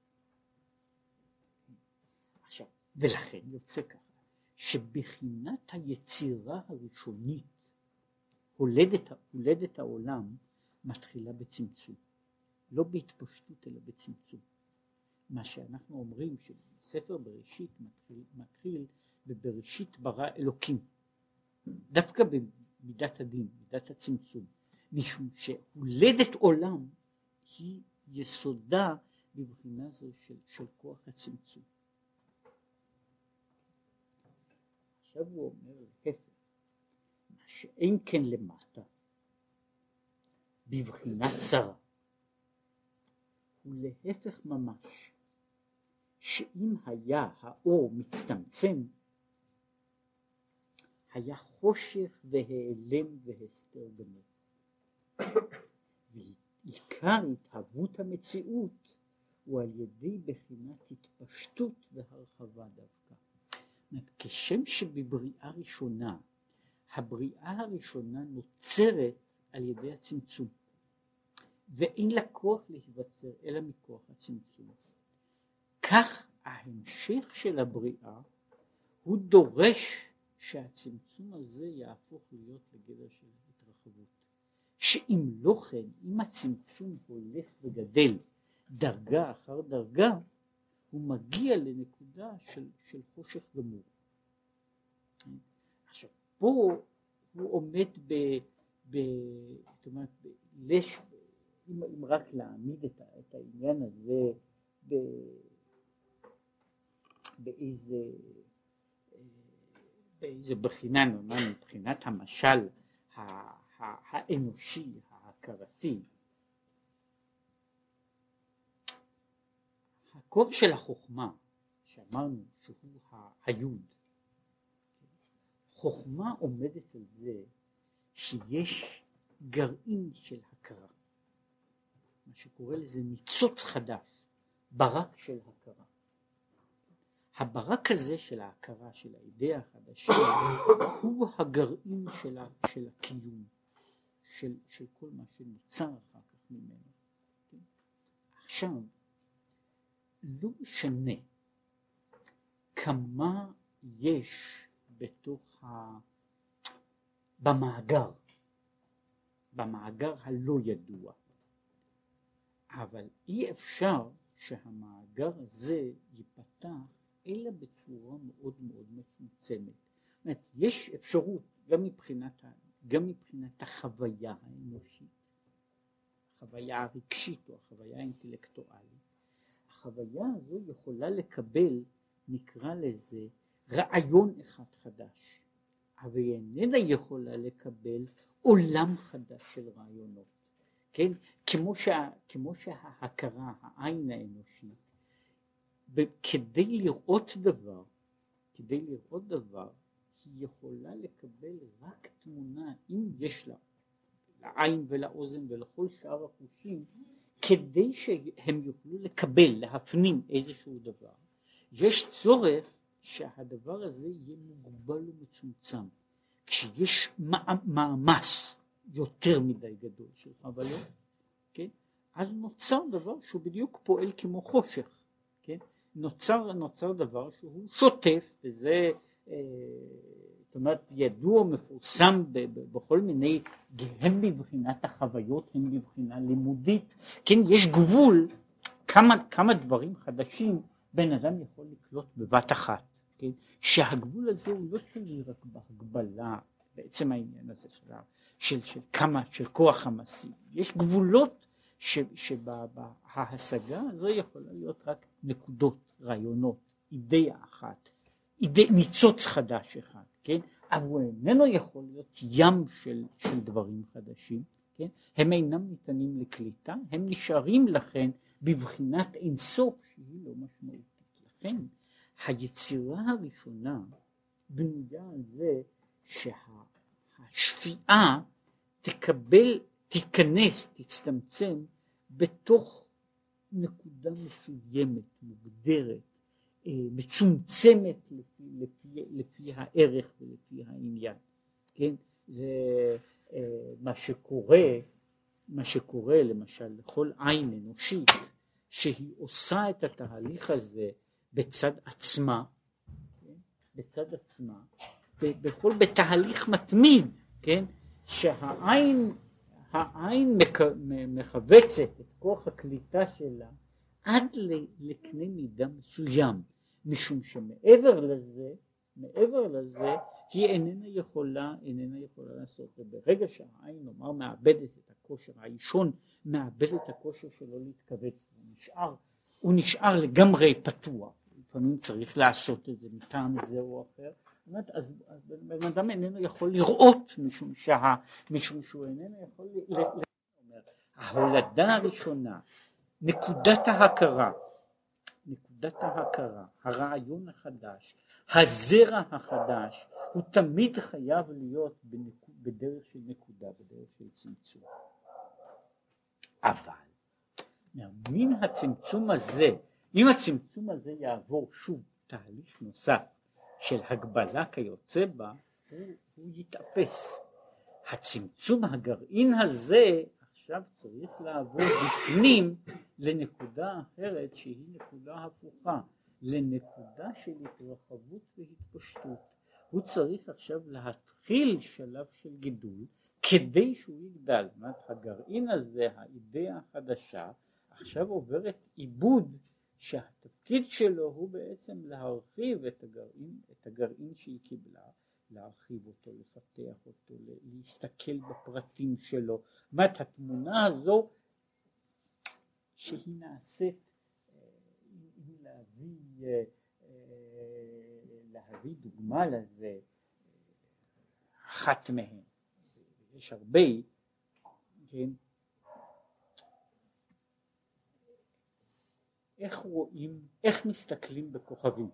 עכשיו, ולכן יוצא ככה, שבחינת היצירה הראשונית, הולדת, הולדת העולם, מתחילה בצמצום. לא בהתפשטות אלא בצמצום. מה שאנחנו אומרים שבספר בראשית מתחיל, מתחיל בבראשית ברא אלוקים. דווקא במידת הדין, מידת הצמצום. משום שהולדת עולם היא יסודה בבחינה זו של, של כוח הצמצום. עכשיו הוא אומר להפך, מה שאין כן למטה, בבחינת צרה. ולהפך ממש, שאם היה האור מצטמצם, היה חושך והיעלם והסתר בנו. ועיקר התהוות המציאות הוא על ידי בחינת התפשטות והרחבה דווקא. כשם שבבריאה ראשונה, הבריאה הראשונה נוצרת על ידי הצמצום. ואין לה כוח להיווצר אלא מכוח הצמצום. כך ההמשך של הבריאה הוא דורש שהצמצום הזה יהפוך להיות לגדר של התרחבות. שאם לא כן, אם הצמצום הולך וגדל דרגה אחר דרגה, הוא מגיע לנקודה של, של חושך גמור. עכשיו, פה הוא עומד ב... ב זאת אומרת, בלש... אם, אם רק להעמיד את, את העניין הזה ב, באיזה, באיזה בחינה, נאמר מבחינת המשל האנושי, ההכרתי, הקור של החוכמה, שאמרנו שהוא היוד, חוכמה עומדת על זה שיש גרעין של הכרה. מה שקורא לזה ניצוץ חדש, ברק של הכרה. הברק הזה של ההכרה, של האידאה החדשה, הוא הגרעין של, ה, של הקיום, של, של כל מה שנוצר אחר כך ממנו. כן? עכשיו, לא משנה כמה יש בתוך ה... במאגר, במאגר הלא ידוע, אבל אי אפשר שהמאגר הזה ייפתח אלא בצורה מאוד מאוד מצומצמת. זאת אומרת, יש אפשרות גם מבחינת, גם מבחינת החוויה האנושית, החוויה הרגשית או החוויה האינטלקטואלית. החוויה הזו יכולה לקבל, נקרא לזה, רעיון אחד חדש, אבל היא איננה יכולה לקבל עולם חדש של רעיונות. כן? כמו, שה, כמו שההכרה, העין האנושית, כדי לראות דבר, כדי לראות דבר, היא יכולה לקבל רק תמונה, אם יש לה, לעין ולאוזן ולכל שאר החושים, כדי שהם יוכלו לקבל, להפנים איזשהו דבר. יש צורך שהדבר הזה יהיה מוגבל ומצומצם. כשיש מאמץ יותר מדי גדול של חוויות, כן? אז נוצר דבר שהוא בדיוק פועל כמו חושך, כן? נוצר, נוצר דבר שהוא שוטף, וזה, אה, זאת אומרת, ידוע מפורסם ב, ב, בכל מיני, הם בבחינת החוויות, הם בבחינה לימודית, כן? יש גבול, כמה, כמה דברים חדשים בן אדם יכול לקלוט בבת אחת, כן? שהגבול הזה הוא לא תלוי רק בהגבלה, בעצם העניין הזה של, של, של כמה, של כוח המסיב. יש גבולות שבהשגה הזו יכולה להיות רק נקודות, רעיונות, אידאה אחת, אידא, ניצוץ חדש אחד, כן? אבל הוא איננו יכול להיות ים של, של דברים חדשים, כן? הם אינם ניתנים לקליטה, הם נשארים לכן בבחינת אינסוף שהיא לא משמעותית. לכן היצירה הראשונה בנויה על זה שהשפיעה תקבל, תיכנס, תצטמצם בתוך נקודה מסוימת, מוגדרת, מצומצמת לפי, לפי, לפי הערך ולפי העניין, כן? זה מה שקורה, מה שקורה למשל לכל עין אנושית שהיא עושה את התהליך הזה בצד עצמה, כן? בצד עצמה, בכל בתהליך מתמיד, כן? שהעין העין מחבצת את כוח הקליטה שלה עד לקנה מידה מסוים, משום שמעבר לזה, מעבר לזה, היא איננה יכולה, איננה יכולה לעשות. וברגע שהעין, נאמר, מאבדת את הכושר, האישון מאבד את הכושר שלו להתכווץ, הוא נשאר, הוא נשאר לגמרי פתוח. לפעמים צריך לעשות את זה מטעם זה או אחר. אז בן אדם איננו יכול לראות, משום, שה, משום שהוא איננו יכול ל... ההולדה הראשונה, נקודת ההכרה, נקודת ההכרה, הרעיון החדש, הזרע החדש, הוא תמיד חייב להיות בדרך של נקודה, בדרך של צמצום. אבל מן הצמצום הזה, אם הצמצום הזה יעבור שוב תהליך נוסף של הגבלה כיוצא בה, הוא, הוא יתאפס. הצמצום הגרעין הזה עכשיו צריך לעבור בפנים לנקודה אחרת שהיא נקודה הפוכה, לנקודה של התרחבות והתפשטות. הוא צריך עכשיו להתחיל שלב של גידול כדי שהוא יגדל. זאת אומרת, הגרעין הזה, האידאה החדשה, עכשיו עוברת עיבוד שהתפקיד שלו הוא בעצם להרחיב את הגרעין, את הגרעין שהיא קיבלה, להרחיב אותו, לפתח אותו, להסתכל בפרטים שלו. זאת אומרת, התמונה הזו שהיא נעשית, אם להביא, להביא דוגמה לזה, אחת מהן, יש הרבה, כן? איך רואים, איך מסתכלים בכוכבים.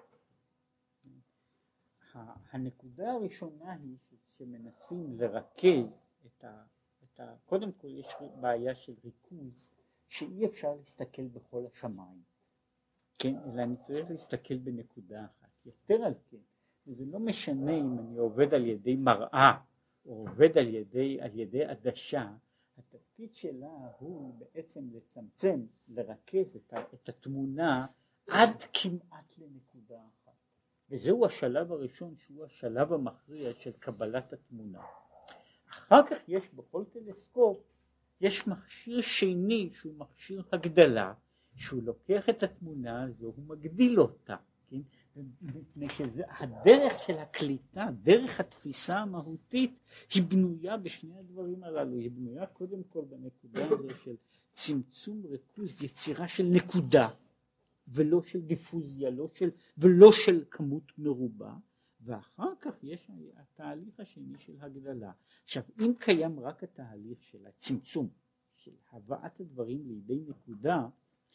הנקודה הראשונה היא שמנסים לרכז את ה, את ה, קודם כל יש בעיה של ריכוז, שאי אפשר להסתכל בכל השמיים, כן? אלא אני צריך להסתכל בנקודה אחת. יותר על כן, וזה לא משנה אם אני עובד על ידי מראה, או עובד על ידי, על ידי עדשה, התפקיד שלה הוא בעצם לצמצם, לרכז את, ה, את התמונה עד כמעט לנקודה אחת. וזהו השלב הראשון, שהוא השלב המכריע של קבלת התמונה. אחר כך יש בכל טלסקופ, יש מכשיר שני שהוא מכשיר הגדלה, שהוא לוקח את התמונה הזו, הוא מגדיל אותה, כן? מפני שזה הדרך של הקליטה, דרך התפיסה המהותית, היא בנויה בשני הדברים הללו. היא בנויה קודם כל בנקודה הזו של צמצום, ריכוז, יצירה של נקודה, ולא של דיפוזיה, לא של, ולא של כמות מרובה, ואחר כך יש התהליך השני של הגדלה. עכשיו, אם קיים רק התהליך של הצמצום, של הבאת הדברים לידי נקודה,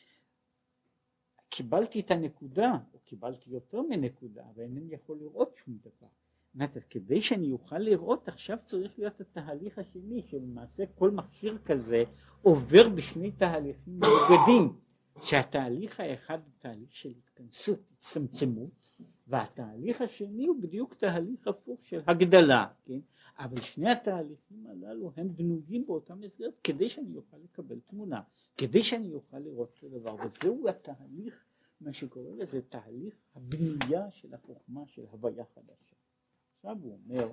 קיבלתי את הנקודה, או קיבלתי יותר מנקודה, ואינני יכול לראות שום דבר. אז כדי שאני אוכל לראות, עכשיו צריך להיות התהליך השני, שלמעשה כל מכשיר כזה עובר בשני תהליכים מוגדים, שהתהליך האחד הוא תהליך של התכנסות, הצטמצמות, והתהליך השני הוא בדיוק תהליך הפוך של הגדלה, כן? אבל שני התהליכים הללו הם בנויים באותה מסגרת כדי שאני אוכל לקבל תמונה, כדי שאני אוכל לראות את הדבר, וזהו התהליך, מה שקורא לזה תהליך הבנייה של החוכמה של הוויה חדשה. עכשיו הוא אומר,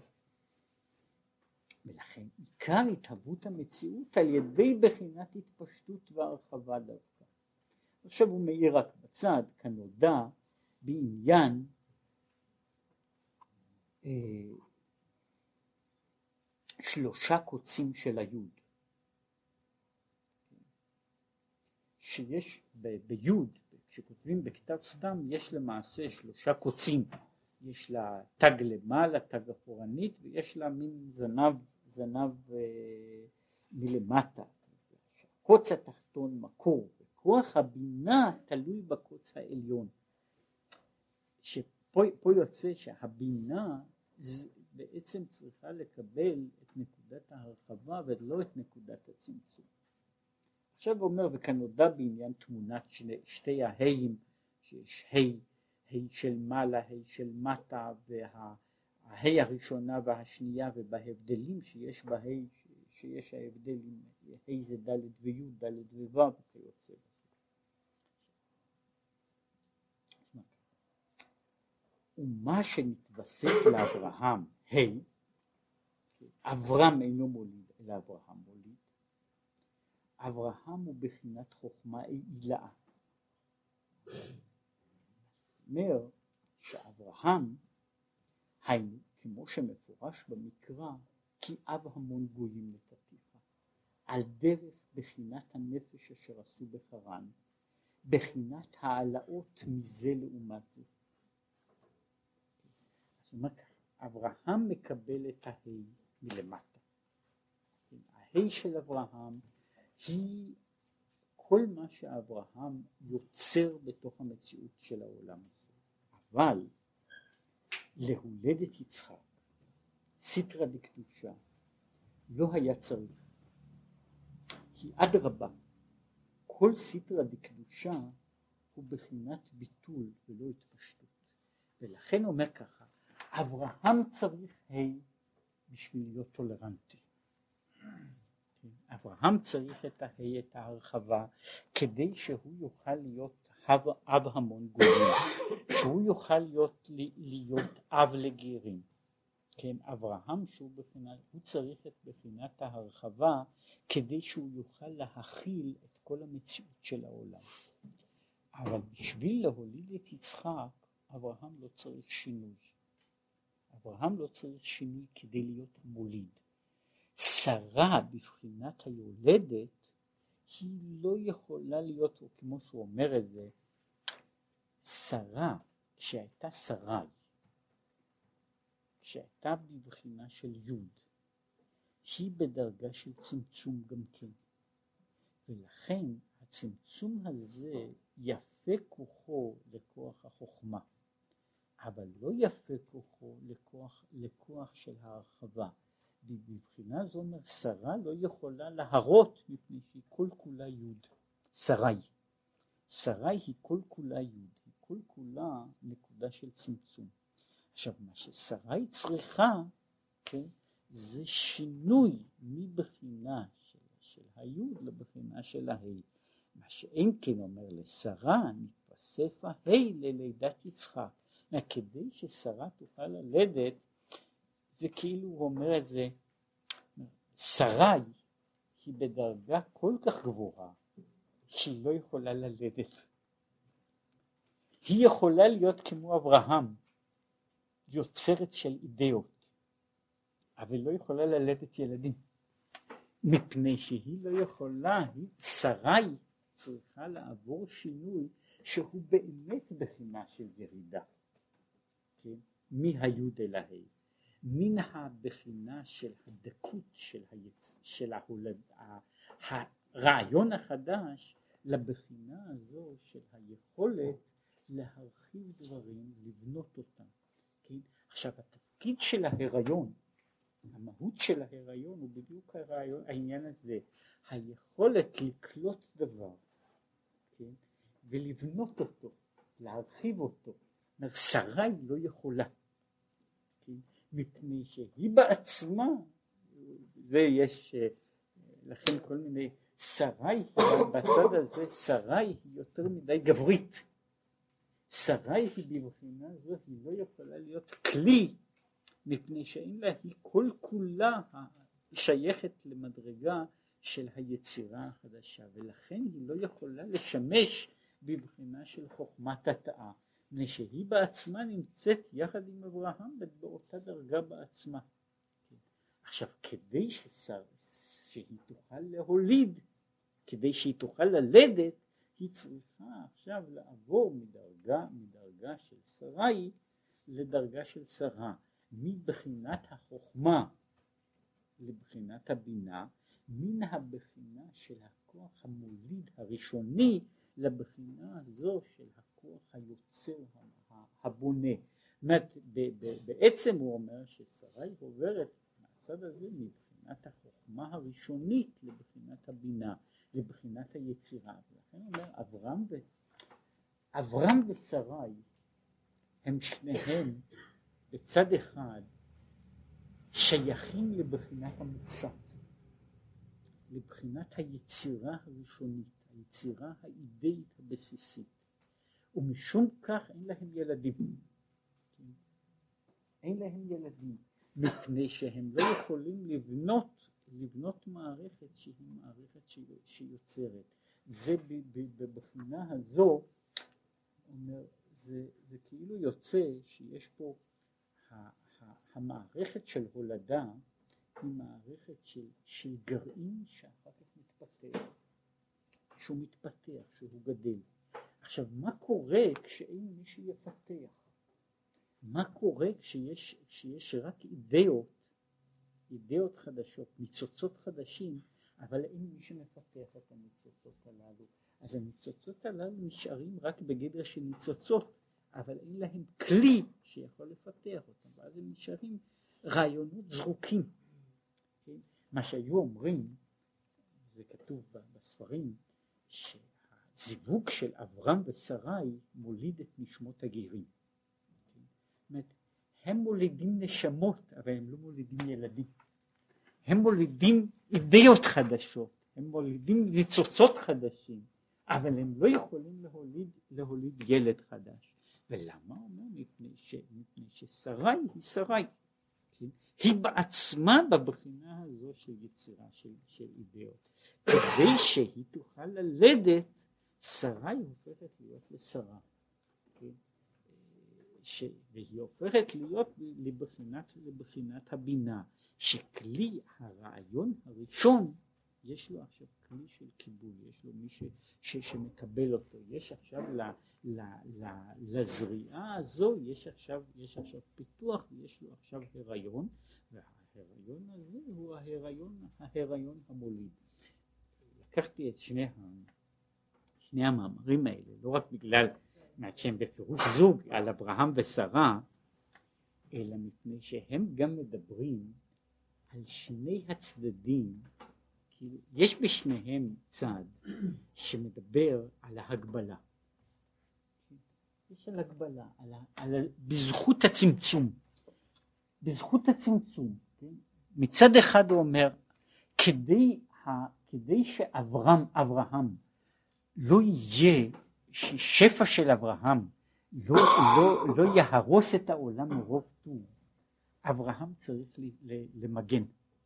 ולכן עיקר התהוות המציאות על ידי בחינת התפשטות והרחבה דווקא. עכשיו הוא מאיר רק בצד, כנודע בעניין אה, שלושה קוצים של היוד. שיש ב- ביוד, כשכותבים בכתב סתם יש למעשה שלושה קוצים, יש לה תג למעלה, תג אחורנית, ויש לה מין זנב, זנב אה, מלמטה. הקוץ התחתון מקור, וכוח הבינה תלוי בקוץ העליון. שפה יוצא שהבינה בעצם צריכה לקבל את נקודת ההרחבה ולא את נקודת הצמצום. עכשיו הוא אומר, וכאן נודע בעניין תמונת שני, שתי ההיים, שיש ה' ה' של מעלה, ה' של מטה, והה' הראשונה והשנייה, ובהבדלים שיש בה ה', שיש ההבדלים, ה' זה ד' וי', ד' וו' וכיוצא בזה. ומה שנתווסף לאברהם ה', אברהם אינו מוליד אלא אברהם מוליד. אברהם הוא בחינת חוכמה עילאה. אומר שאברהם היינו כמו שמפורש במקרא, כי אב המון גויים נתתיך, על דרך בחינת הנפש אשר עשו בחרן, בחינת העלאות מזה לעומת זה. אז הוא אומר, אברהם מקבל את ההי מלמטה. ההי של אברהם היא כל מה שאברהם יוצר בתוך המציאות של העולם הזה. אבל להולדת יצחק, סיטרא דקדושה, לא היה צריך. כי אדרבה, כל סיטרא דקדושה הוא בחינת ביטול ולא התפשטות. ולכן אומר ככה, אברהם צריך ה' בשביל להיות טולרנטי. אברהם צריך את ההי, את ההרחבה, כדי שהוא יוכל להיות אב, אב המון גויים, שהוא יוכל להיות, להיות אב לגרים. כן, אברהם שהוא בחינת, הוא צריך את בחינת ההרחבה, כדי שהוא יוכל להכיל את כל המציאות של העולם. אבל בשביל להוליד את יצחק, אברהם לא צריך שינוי. אברהם לא צריך שינוי כדי להיות מוליד. שרה בבחינת היולדת היא לא יכולה להיות, או כמו שהוא אומר את זה, שרה כשהייתה שרי, כשהייתה בבחינה של יוד, היא בדרגה של צמצום גם כן. ולכן הצמצום הזה יפה כוחו לכוח החוכמה, אבל לא יפה כוחו לכוח, לכוח של ההרחבה. בבחינה זו אומר, שרה לא יכולה להרות מפני שהיא כל כולה יוד. שרי. שרי היא כל כולה יוד. היא כל כולה נקודה של צמצום. עכשיו, מה ששרי צריכה, כן, זה שינוי מבחינה של, של היוד לבחינה של ההי. מה שאין כן אומר לשרה, נתווסף ההי ללידת יצחק. כדי ששרה תוכל ללדת, זה כאילו הוא אומר את זה, שרי היא בדרגה כל כך גבוהה שהיא לא יכולה ללדת. היא יכולה להיות כמו אברהם, יוצרת של אידאות, אבל לא יכולה ללדת ילדים, מפני שהיא לא יכולה, היא שרי צריכה לעבור שינוי שהוא באמת בחינה של ירידה, כן? מהיוד אל ההי. מן הבחינה של הדקות של, היצ... של ההולד... הרעיון החדש לבחינה הזו של היכולת להרחיב דברים, לבנות אותם. כן? עכשיו התפקיד של ההיריון, המהות של ההיריון הוא בדיוק הרעיון, העניין הזה, היכולת לקלוט דבר, כן? ולבנות אותו, להרחיב אותו. שרה היא לא יכולה. כן? מפני שהיא בעצמה, זה יש לכן כל מיני, שרי בצד הזה, שרי היא יותר מדי גברית. שרי היא בבחינה זו, היא לא יכולה להיות כלי, מפני שאין לה, היא כל כולה שייכת למדרגה של היצירה החדשה, ולכן היא לא יכולה לשמש בבחינה של חוכמת התאה. מפני שהיא בעצמה נמצאת יחד עם אברהם באותה דרגה בעצמה. עכשיו, כדי ששר, שהיא תוכל להוליד, כדי שהיא תוכל ללדת, היא צריכה עכשיו לעבור מדרגה, מדרגה של שרי לדרגה של שרה, מבחינת החוכמה לבחינת הבינה, מן הבחינה של הכוח המוליד הראשוני לבחינה הזו של הכוח היוצר הבונה. זאת, בעצם הוא אומר ששרי עוברת מהצד הזה מבחינת החוכמה הראשונית לבחינת הבינה, לבחינת היצירה. ולכן הוא אומר אברהם, ו... אברהם ושרי הם שניהם בצד אחד שייכים לבחינת המופשט, לבחינת היצירה הראשונית, היצירה האידאית הבסיסית, ומשום כך אין להם ילדים. אין להם ילדים, מפני שהם לא יכולים לבנות, לבנות מערכת שהיא מערכת שיוצרת. זה בבחינה הזו, אומר, זה, זה כאילו יוצא שיש פה המערכת של הולדה היא מערכת של, של גרעין שאחר כך מתפתח, שהוא מתפתח, שהוא גדל. עכשיו, מה קורה כשאין מי שיפתח? מה קורה כשיש, כשיש רק אידאות, אידאות חדשות, ניצוצות חדשים, אבל אין מי שמפתח את הניצוצות הללו? אז הניצוצות הללו נשארים רק בגדר של ניצוצות, אבל אין להם כלי שיכול לפתח אותם, ואז הם נשארים רעיונות זרוקים. כן? מה שהיו אומרים, זה כתוב בספרים, שהזיווג של אברהם ושרי מוליד את נשמות הגרים. כן? זאת אומרת, הם מולידים נשמות, אבל הם לא מולידים ילדים. הם מולידים אידאות חדשות, הם מולידים ניצוצות חדשים, אבל הם לא יכולים להוליד, להוליד ילד חדש. ולמה? אומר, מפני, ש, מפני ששרי היא שרי. כן? היא בעצמה בבחינה הזו של יצירה, של, של אידאות. כדי שהיא תוכל ללדת, שרי הופכת להיות לשרה. כן? ש, והיא הופכת להיות לבחינת, לבחינת הבינה, שכלי הרעיון הראשון, יש לו עכשיו כלי של קיבול, יש לו מי ש, ש, שמקבל אותו. יש עכשיו ל, ל, ל, לזריעה הזו, יש עכשיו, יש עכשיו פיתוח, ויש לו עכשיו הריון, וההריון הזה הוא ההריון, ההריון המוליד. לקחתי את שני, שני המאמרים האלה, לא רק בגלל שהם בפירוש זוג על אברהם ושרה, אלא מפני שהם גם מדברים על שני הצדדים. כאילו, יש בשניהם צד שמדבר על ההגבלה. יש על הגבלה, על, על, בזכות הצמצום. בזכות הצמצום. כן? מצד אחד הוא אומר, כדי, ה, כדי שאברהם, אברהם, לא יהיה, ששפע של אברהם, לא, לא, לא יהרוס את העולם מרוב טוב, אברהם צריך למגן.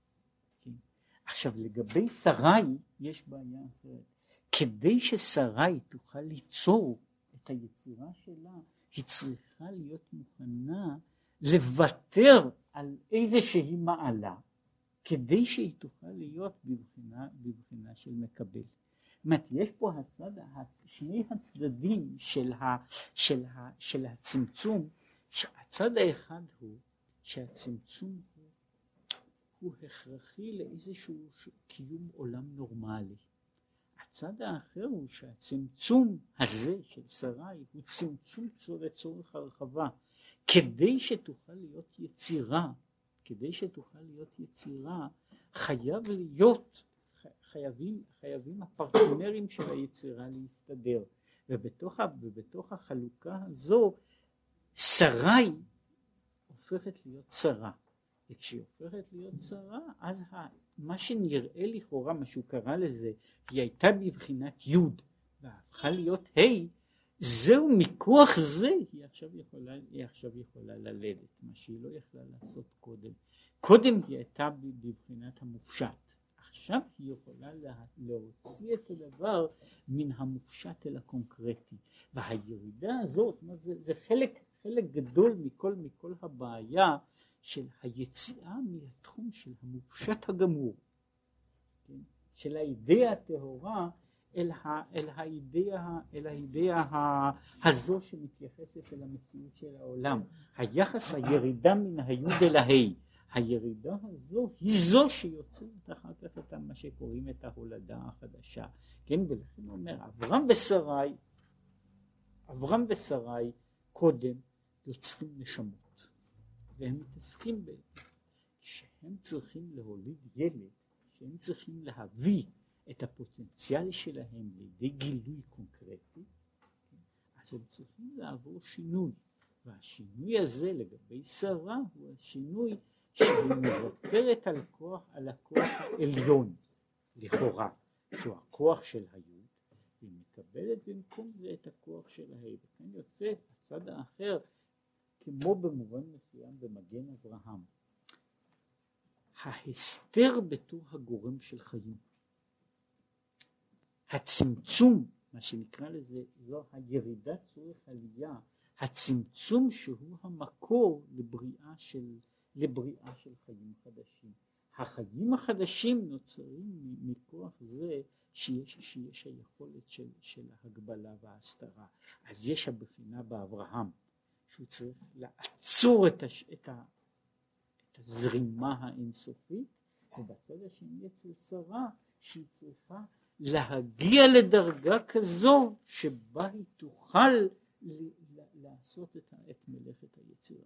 עכשיו לגבי שרי יש בעיה אחרת. כדי ששרי תוכל ליצור את היצירה שלה, היא צריכה להיות מוכנה לוותר על איזושהי מעלה, כדי שהיא תוכל להיות בבחינה, בבחינה של מקבל. זאת אומרת, יש פה הצד, שני הצדדים של, ה, של, ה, של הצמצום. הצד האחד הוא שהצמצום הוא הוא הכרחי לאיזשהו קיום עולם נורמלי. הצד האחר הוא שהצמצום הזה של שרי הוא צמצום לצורך הרחבה. כדי שתוכל להיות יצירה, כדי שתוכל להיות יצירה, חייב להיות, חייבים, חייבים הפרטנרים של היצירה להסתדר. ובתוך, ובתוך החלוקה הזו, שרי הופכת להיות שרה. וכשהיא הופכת להיות שרה, אז מה שנראה לכאורה, מה שהוא קרא לזה, היא הייתה בבחינת י' והפכה להיות ה', זהו מכוח זה, היא עכשיו יכולה, היא עכשיו יכולה ללדת, מה שהיא לא יכלה לעשות קודם. קודם היא הייתה בבחינת המופשט, עכשיו היא יכולה לה, להוציא את הדבר מן המופשט אל הקונקרטי. והירידה הזאת, זה, זה חלק, חלק גדול מכל, מכל הבעיה, של היציאה מהתחום של המופשט הגמור, כן? של האידאה הטהורה אל, ה, אל האידאה, אל האידאה הזו שמתייחסת אל המציאות של העולם. היחס הירידה מן היוד אל ההי, הירידה הזו היא זו שיוצרת אחר כך את מה שקוראים את ההולדה החדשה. כן, ולכן הוא אומר, אברהם ושרי, אברהם ושרי קודם יוצרים נשמות, והם מתעסקים ב... שהם צריכים להוליד ילד, שהם צריכים להביא את הפוטנציאל שלהם לידי גילוי קונקרטי, אז הם צריכים לעבור שינוי, והשינוי הזה לגבי שרה הוא השינוי שהיא מוותרת על כוח, על הכוח העליון לכאורה, שהוא הכוח של היוד, והיא מקבלת במקום זה את הכוח של ההי. וכאן יוצא הצד האחר, כמו במובן מסוים במגן אברהם, ההסתר בתור הגורם של חיים, הצמצום, מה שנקרא לזה, זו הירידת צורך עלייה, הצמצום שהוא המקור לבריאה של, לבריאה של חיים חדשים. החיים החדשים נוצרים מכוח זה שיש, שיש היכולת של, של ההגבלה וההסתרה. אז יש הבחינה באברהם, שהוא צריך לעצור את, הש, את, ה, את הזרימה האינסופית, ובצד השני אצל שרה, שהיא צריכה להגיע לדרגה כזו שבה היא תוכל לעשות את, את מלאכת היצירה.